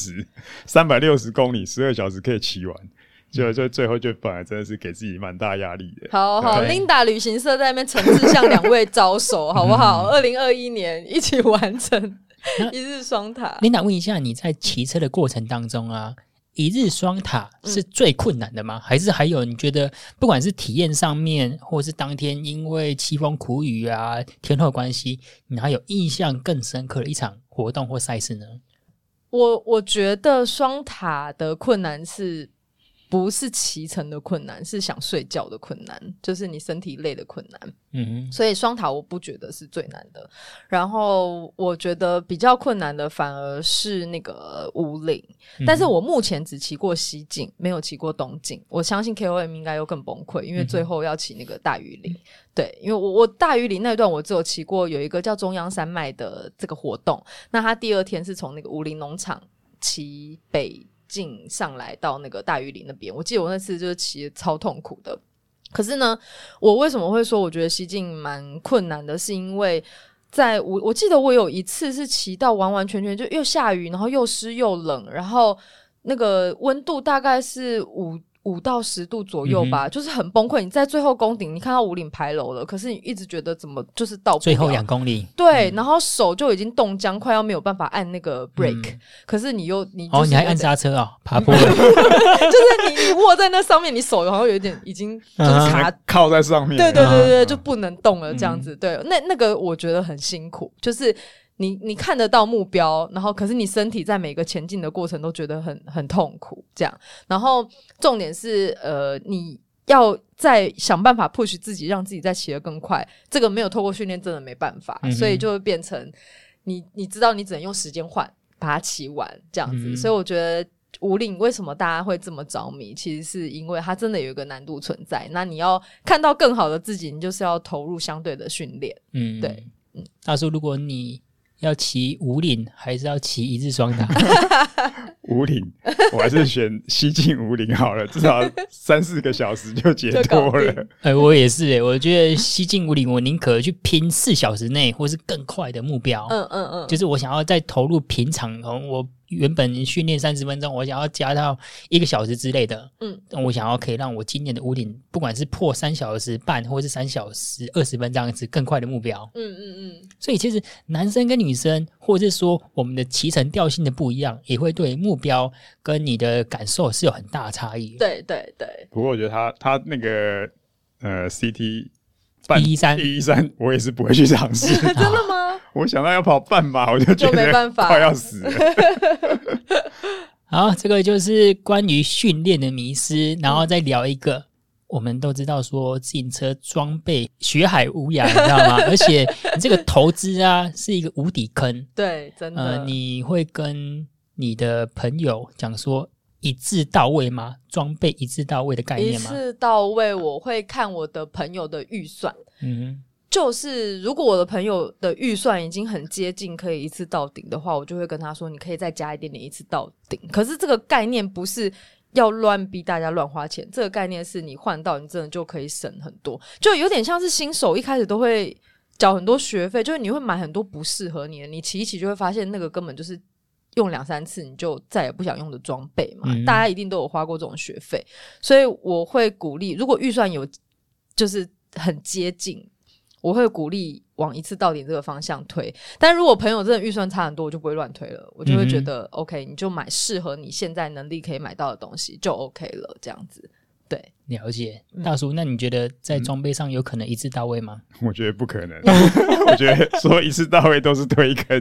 30，360公里，12小时可以骑完。就最后就本来真的是给自己蛮大压力的。 好 Linda 旅行社在那边诚挚向2位招手好不好？2021年一起完成一日双塔。 Linda 问一下，你在骑车的过程当中一日双塔是最困难的吗？还是还有你觉得不管是体验上面或是当天因为凄风苦雨天候关系，你还有印象更深刻的一场活动或赛事呢？ 我觉得双塔的困难不是骑乘的困难，是想睡觉的困难，就是你身体累的困难。所以双塔我不觉得是最难的，然后我觉得比较困难的反而是那个武岭，但是我目前只骑过西进，没有骑过东进，我相信 KOM 应该又更崩溃，因为最后要骑那个大屿岭。对，因为我大屿岭那段我只有骑过有一个叫中央山脉的这个活动，那他第2天是从那个武陵农场骑北进上来到那个大屿岭那边，我记得我那次就是骑得超痛苦的。可是呢，我为什么会说我觉得西进蛮困难的，是因为我记得我有一次是骑到完完全全就又下雨，然后又湿又冷，然后那个温度大概是5到10度左右吧，就是很崩溃。你在最后攻顶，你看到武岭牌楼了，可是你一直觉得怎么就是到不了最后2公里， 对，然后手就已经冻僵，快要没有办法按那个 break，可是你你还按刹车爬坡了就是你握在那上面，你手好像有点已经就是靠在上面， 对，就不能动了这样子。对，那个我觉得很辛苦，就是你看得到目标，然后可是你身体在每个前进的过程都觉得很痛苦这样。然后重点是你要再想办法 push 自己，让自己再骑得更快，这个没有透过训练真的没办法，所以就会变成你知道你只能用时间换把它骑完这样子。所以我觉得武岭为什么大家会这么着迷，其实是因为它真的有一个难度存在，那你要看到更好的自己，你就是要投入相对的训练。对。 大叔，如果你要骑武岭还是要骑一日双塔？ 武岭，我还是选西进武岭好了，至少3-4个小时就解脱了。 我也是我觉得西进武岭，我宁可去拼4小时内或是更快的目标。就是我想要再投入平常，我原本训练30分钟，我想要加到1个小时之类的。我想要可以让我今年的武岭不管是破3小时半或是3小时20分这样子更快的目标。所以其实男生跟女生或者是说我们的骑乘调性的不一样，也会对目标跟你的感受是有很大的差异。 对。 不过我觉得他那个CT 113我也是不会去尝试。 真的吗？ 我想到要跑半马，我就觉得没办法快要死了。 好，这个就是关于训练的迷思，然后再聊一个。我们都知道说自行车装备血海无涯，你知道吗？而且你这个投资啊是一个无底坑。 对，真的。 你会跟你的朋友讲说一次到位吗？装备一次到位的概念吗？ 一次到位，我会看我的朋友的预算。就是如果我的朋友的预算已经很接近可以一次到顶的话，我就会跟他说你可以再加一点点一次到顶。可是这个概念不是要乱逼大家乱花钱，这个概念是你换到你真的就可以省很多，就有点像是新手一开始都会缴很多学费，就是你会买很多不适合你的，你骑一骑就会发现那个根本就是用2-3次你就再也不想用的装备嘛，大家一定都有花过这种学费，所以我会鼓励，如果预算有就是很接近，我会鼓励往一次到顶这个方向推，但如果朋友真的预算差很多，我就不会乱推了，我就会觉得OK， 你就买适合你现在能力可以买到的东西就 OK 了，这样子。对， 了解。大叔，那你觉得在装备上有可能一次到位吗？ 我觉得不可能。我觉得说一次到位都是推坑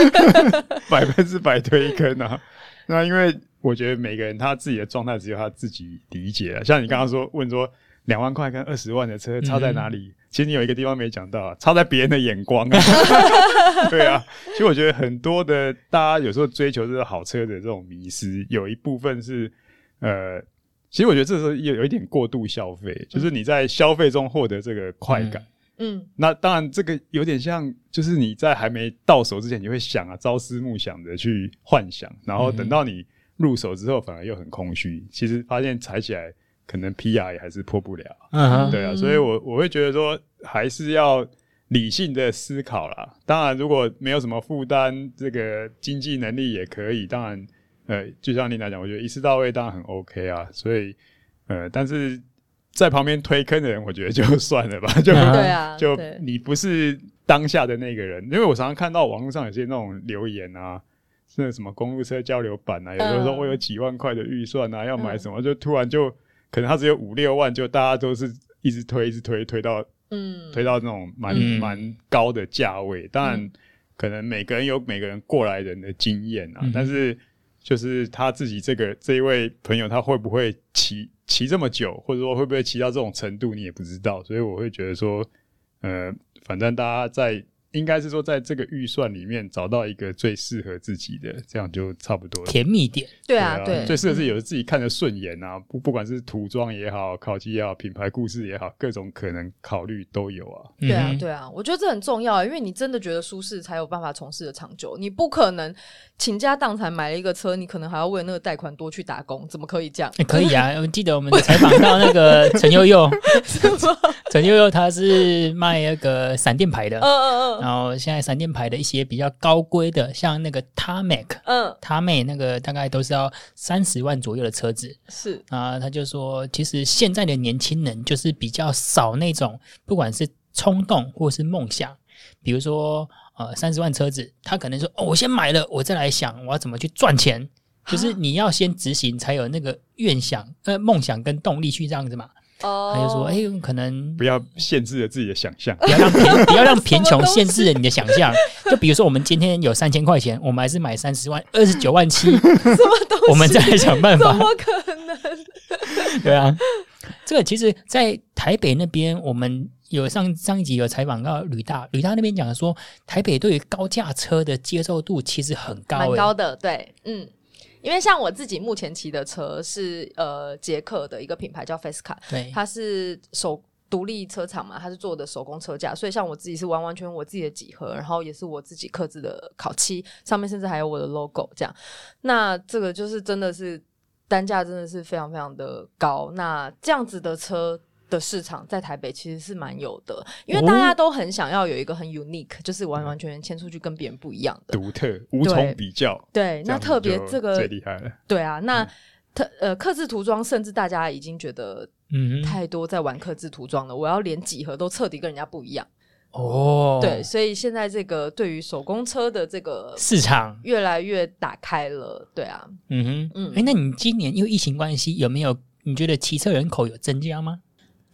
，100%推坑啊。那因为我觉得每个人他自己的状态只有他自己理解了，像你刚刚说问说2万块跟20万的车差在哪里？其实你有一个地方没讲到啊，差在别人的眼光啊。对啊，其实我觉得很多的大家有时候追求这个好车的这种迷思，有一部分是其实我觉得这时候有一点过度消费，就是你在消费中获得这个快感。那当然这个有点像，就是你在还没到手之前，你会想啊，朝思暮想的去幻想，然后等到你入手之后，反而又很空虚。其实发现踩起来，可能 PR 也还是破不了。对啊，所以我会觉得说，还是要理性的思考啦。当然，如果没有什么负担，这个经济能力也可以。当然，就像你来讲，我觉得一次到位当然很 OK 啊。所以，但是在旁边推坑的人，我觉得就算了吧。就对啊， 就你不是当下的那个人，因为我常常看到网络上有些那种留言啊。是什么公路车交流版啊？有的时候我有几万块的预算啊，要买什么，就突然就可能他只有5-6万，就大家都是一直推到那种蛮高的价位。当然，可能每个人有每个人过来人的经验啊，但是就是他自己这一位朋友，他会不会骑这么久，或者说会不会骑到这种程度，你也不知道。所以我会觉得说，反正大家应该是说在这个预算里面找到一个最适合自己的，这样就差不多了。 甜蜜点。 对啊，对， 最适合自己有自己看得顺眼啊，不管是涂装也好，烤漆也好，品牌故事也好，各种可能考虑都有啊。 对啊，对啊，我觉得这很重要，因为你真的觉得舒适才有办法从事的长久，你不可能倾家荡产买了一个车，你可能还要为了那个贷款多去打工，怎么可以这样？ 可以啊，我记得我们采访到那个陈悠悠，陈悠悠他是卖那个闪电牌的，然后现在闪电牌的一些比较高规的，像那个 Tarmac，Tarmac 那个大概都是要30万左右的车子， 是啊，他就说，其实现在的年轻人就是比较少那种，不管是冲动或是梦想，比如说30万车子，他可能说我先买了，我再来想我要怎么去赚钱，就是你要先执行才有那个愿想、梦想跟动力去这样子嘛。他就说可能不要限制了自己的想象， 不要让贫穷限制了你的想象。就比如说我们今天有3000块钱，我们还是买30万29万7， 什么东西我们再来想办法。 怎么可能？ 对啊，这个其实在台北那边，我们有上一集有采访到吕大那边讲说，台北对于高价车的接受度其实很高， 蛮高的，对，因为像我自己目前骑的车是捷克的一个品牌叫 Fesca， 对， 它是独立车厂嘛，它是做的手工车架，所以像我自己是完完全我自己的几何，然后也是我自己刻制的烤漆，上面甚至还有我的 logo 这样。那这个就是真的是单价真的是非常非常的高，那这样子的车的市场在台北其实是蛮有的，因为大家都很想要有一个很 unique， 就是完完全全牵出去跟别人不一样的独特无从比较。 对，那特别这个最厉害了。 对啊，那客制涂装甚至大家已经觉得太多在玩客制涂装了，我要连几何都彻底跟人家不一样。对，所以现在这个对于手工车的这个市场越来越打开了。对啊， 那你今年因为疫情关系，有没有你觉得骑车人口有增加吗？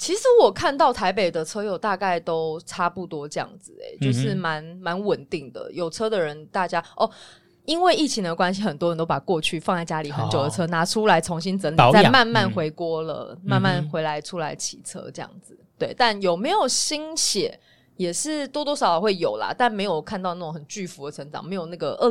其实我看到台北的车友大概都差不多这样子就是蛮稳定的。有车的人大家因为疫情的关系，很多人都把过去放在家里很久的车拿出来重新整理，再慢慢回锅了，慢慢回来出来骑车这样子。对，但有没有新血也是多多少少会有啦，但没有看到那种很巨幅的成长，没有那个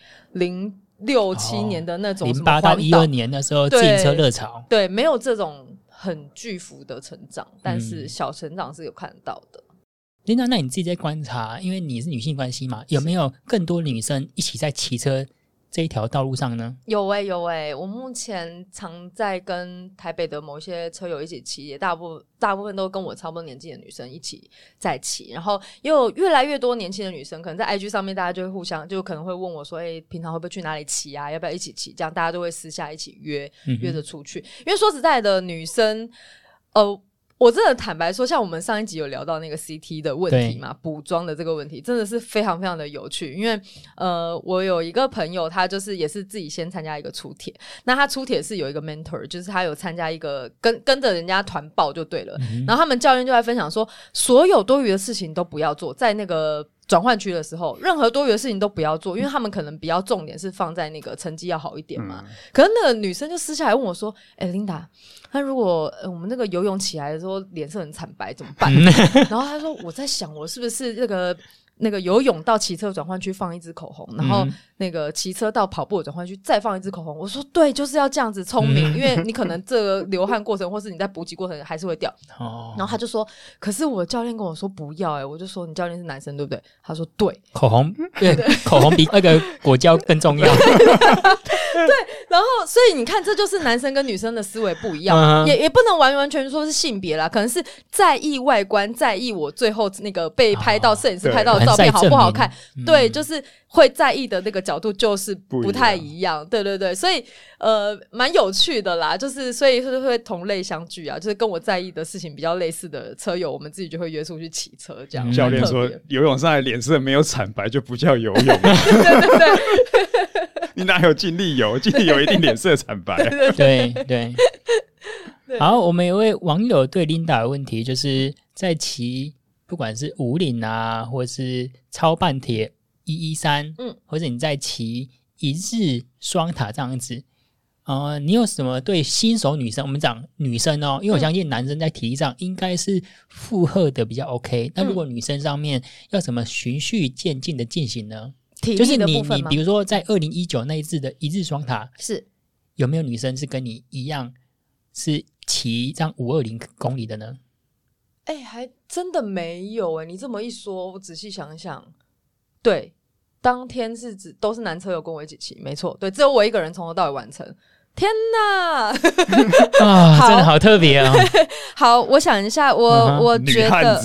2006-7年的那种什么 08到12年的时候自行车热潮， 对，没有这种很巨幅的成长，但是小成长是有看到的。 Linda， 那你自己在观察，因为你是女性关系嘛，有没有更多女生一起在骑车这一条道路上呢？ 有我目前常在跟台北的某一些车友一起骑，也大部分都跟我差不多年纪的女生一起在骑，然后也有越来越多年轻的女生，可能在 IG 上面大家就会互相就可能会问我说平常会不会去哪里骑啊，要不要一起骑，这样大家都会私下一起约着出去。因为说实在的，女生我真的坦白说，像我们上一集有聊到那个 CT 的问题嘛，补妆的这个问题真的是非常非常的有趣。因为我有一个朋友，他就是也是自己先参加一个出铁，那他出铁是有一个 mentor， 就是他有参加一个跟着人家团报就对了，然后他们教练就在分享说，所有多余的事情都不要做，在那个转换区的时候，任何多余的事情都不要做，因为他们可能比较重点是放在那个成绩要好一点嘛。可是那个女生就私下来问我说：“Linda， 那如果我们那个游泳起来的时候脸色很惨白怎么办？”然后她说：“我在想，我是不是那个游泳到骑车转换区放一支口红，然后那个骑车到跑步的转换区再放一支口红。”我说对，就是要这样子聪明，因为你可能这个流汗过程或是你在补给过程还是会掉。然后他就说，可是我教练跟我说不要我就说你教练是男生对不对？他说对， 口红口红比那个果胶更重要。 对，然后所以你看，这就是男生跟女生的思维不一样，也不能完全说是性别啦，可能是在意外观，在意我最后那个被拍到摄影师拍到的照片好不好看，对，就是会在意的那个角度就是不太一样，对，所以蛮有趣的啦，就是所以会同类相聚啊，就是跟我在意的事情比较类似的车友，我们自己就会约出去骑车这样。 教练说游泳上来脸色没有惨白就不叫游泳。 对你哪有尽力游？尽力游一定脸色惨白。 对。好，我们有位网友对 Linda 的问题，就是在骑不管是武岭啊，或是超半铁113，或者你在骑一日双塔这样子，你有什么对新手女生，我们讲女生因为我相信男生在体力上应该是负荷的比较 OK，那如果女生上面要怎么循序渐进的进行呢？ 体力的部分吗？ 就是你比如说在2019那一次的一日双塔， 是有没有女生是跟你一样是骑这样520公里的呢？ 还真的没有你这么一说，我仔细想想，对，当天是都是男车友跟我一起骑，没错，对，只有我一个人从头到尾完成。天哪！ 真的好特别哦。 好，我想一下，我觉得，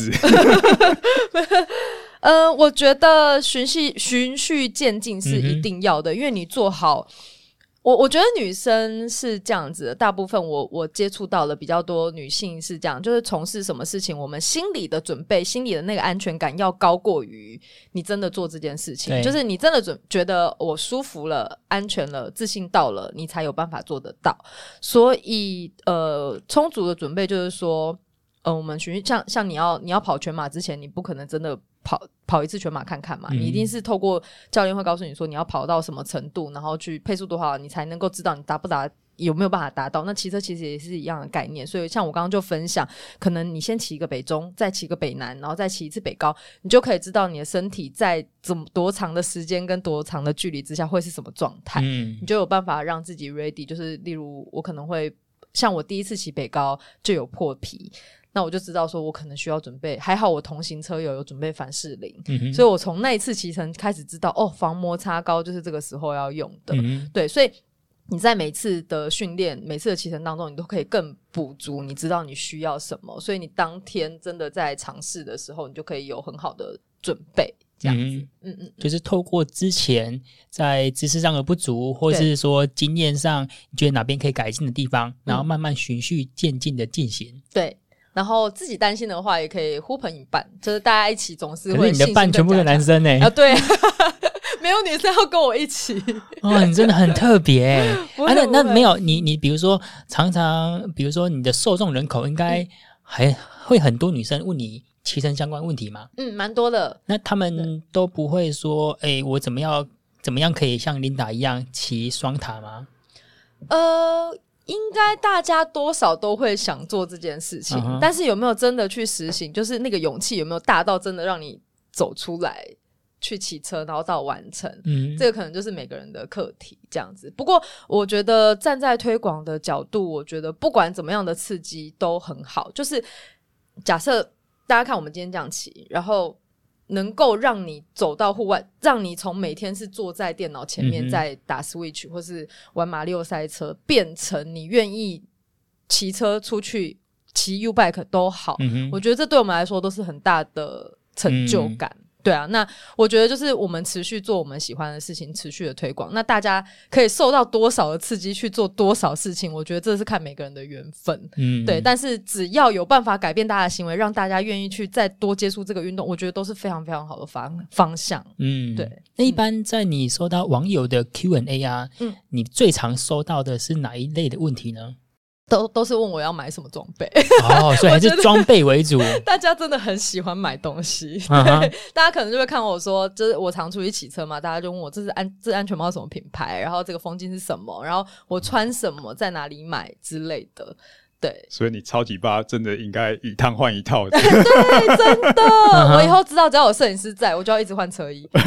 我觉得循序渐进是一定要的，因为你做好。我觉得女生是这样子的，大部分我接触到的比较多女性是这样，就是从事什么事情，我们心里的准备，心里的那个安全感要高过于你真的做这件事情，就是你真的觉得我舒服了、安全了、自信到了，你才有办法做得到。所以充足的准备就是说，我们像你要跑全马之前，你不可能真的跑一次全马看看嘛，你一定是透过教练会告诉你说你要跑到什么程度，然后去配速多少，你才能够知道你有没有办法达到。那骑车其实也是一样的概念，所以像我刚刚就分享，可能你先骑一个北中，再骑一个北南，然后再骑一次北高，你就可以知道你的身体在多长的时间跟多长的距离之下会是什么状态，你就有办法让自己 ready。 就是例如我可能会像我第一次骑北高就有破皮，那我就知道说我可能需要准备，还好我同行车友有准备凡士林，所以我从那一次骑乘开始知道防摩擦膏就是这个时候要用的，对，所以你在每次的训练每次的骑乘当中，你都可以更补足，你知道你需要什么，所以你当天真的在尝试的时候，你就可以有很好的准备这样子。 就是透过之前在知识上的不足，或是说经验上你觉得哪边可以改进的地方，然后慢慢循序渐进的进行。 对，然后自己担心的话也可以呼朋引伴，就是大家一起总是会。 可是你的伴全部的男生对没有女生要跟我一起。 你真的很特别那没有你比如说常常比如说你的受众人口应该还会很多女生问你骑乘相关问题吗？ 蛮多的。 那他们都不会说我怎么样可以像 Linda 一样骑双塔吗？ 应该大家多少都会想做这件事情，但是有没有真的去实行，就是那个勇气有没有大到真的让你走出来去骑车然后到完成，这个可能就是每个人的课题这样子。不过我觉得站在推广的角度，我觉得不管怎么样的刺激都很好，就是假设大家看我们今天这样骑，然后能够让你走到户外，让你从每天是坐在电脑前面在打 Switch 或是玩马里奥赛车，变成你愿意骑车出去骑 U-Bike 都好，我觉得这对我们来说都是很大的成就感。对啊，那我觉得就是我们持续做我们喜欢的事情，持续的推广，那大家可以受到多少的刺激去做多少事情，我觉得这是看每个人的缘分。对，但是只要有办法改变大家的行为，让大家愿意去再多接触这个运动，我觉得都是非常非常好的方向。对。 那一般在你收到网友的 Q&A 啊，你最常收到的是哪一类的问题呢？ 都是问我要买什么装备所以还是装备为主。 大家真的很喜欢买东西，对，大家可能就会看我说，就是我常出去骑车嘛，大家就问我这安全帽什么品牌，然后这个风镜是什么，然后我穿什么，在哪里买之类的。对， 所以你超级巴真的应该一趟换一套。 对，真的，我以后知道只要有摄影师在，我就要一直换车衣。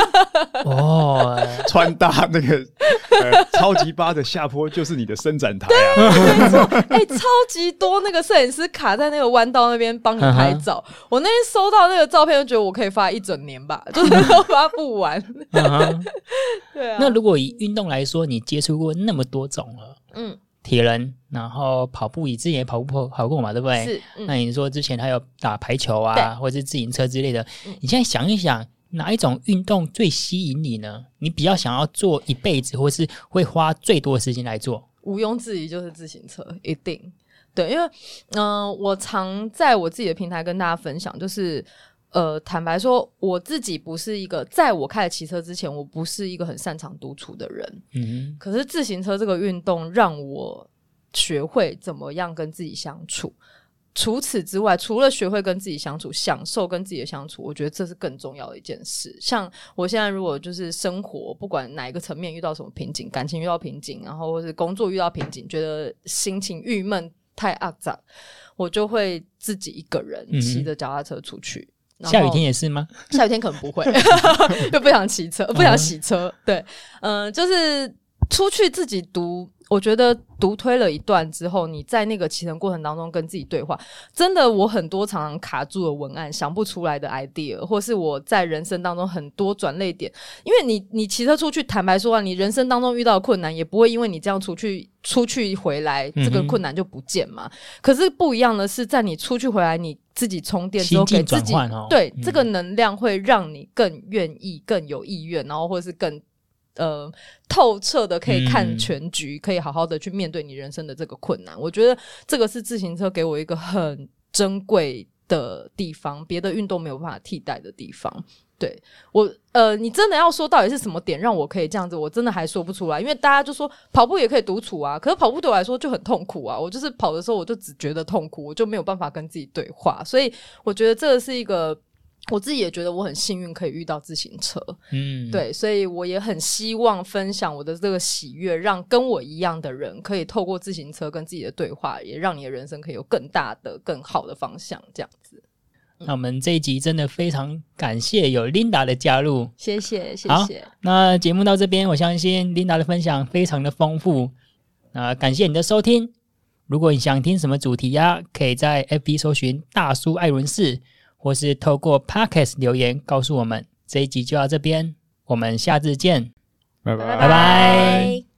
穿搭那个超级巴的下坡就是你的伸展台啊。 没错，超级多那个摄影师卡在那个弯道那边帮你拍照。我那天收到那个照片，就觉得我可以发一整年吧，就是都发不完。对啊。 那如果以运动来说，你接触过那么多种了，铁人，然后跑步，之前也跑过嘛，对不对？ 是。 那你说之前还有打排球啊，或者是自行车之类的，你现在想一想，哪一种运动最吸引你呢？你比较想要做一辈子，或是会花最多的时间来做？ 毋庸置疑就是自行车，一定。对，因为我常在我自己的平台跟大家分享，就是坦白说，我自己不是一个，在我开始骑车之前，我不是一个很擅长独处的人。可是自行车这个运动让我学会怎么样跟自己相处。除此之外，除了学会跟自己相处，享受跟自己的相处，我觉得这是更重要的一件事。像我现在如果就是生活不管哪一个层面遇到什么瓶颈，感情遇到瓶颈，然后或是工作遇到瓶颈，觉得心情郁闷太肮脏，我就会自己一个人骑着脚踏车出去。 下雨天也是吗？ 下雨天可能不会又不想骑车，不想洗车。对，就是出去自己读，我觉得独推了一段之后，你在那个骑乘过程当中跟自己对话，真的我很多常常卡住的文案，想不出来的 idea， 或是我在人生当中很多转捩点。因为你骑车出去，坦白说啊，你人生当中遇到的困难也不会因为你这样出去回来，这个困难就不见嘛。可是不一样的是，在你出去回来，你自己充电之后给自己，对，这个能量会让你更愿意、更有意愿，然后或是更透彻的可以看全局，可以好好的去面对你人生的这个困难。我觉得这个是自行车给我一个很珍贵的地方，别的运动没有办法替代的地方。对，我你真的要说到底是什么点让我可以这样子，我真的还说不出来。因为大家就说跑步也可以独处啊，可是跑步对我来说就很痛苦啊。我就是跑的时候我就只觉得痛苦，我就没有办法跟自己对话。所以我觉得这个是一个，我自己也觉得我很幸运可以遇到自行车。对，所以我也很希望分享我的这个喜悦，让跟我一样的人可以透过自行车跟自己的对话，也让你的人生可以有更大的更好的方向这样子。 那我们这一集真的非常感谢有 Linda 的加入， 谢谢。 好，那节目到这边，我相信 Linda 的分享非常的丰富，感谢你的收听。如果你想听什么主题啊，可以在 FB 搜寻大叔艾伦士，或是透过 Podcast 留言告诉我们。这一集就到这边，我们下次见， 拜拜。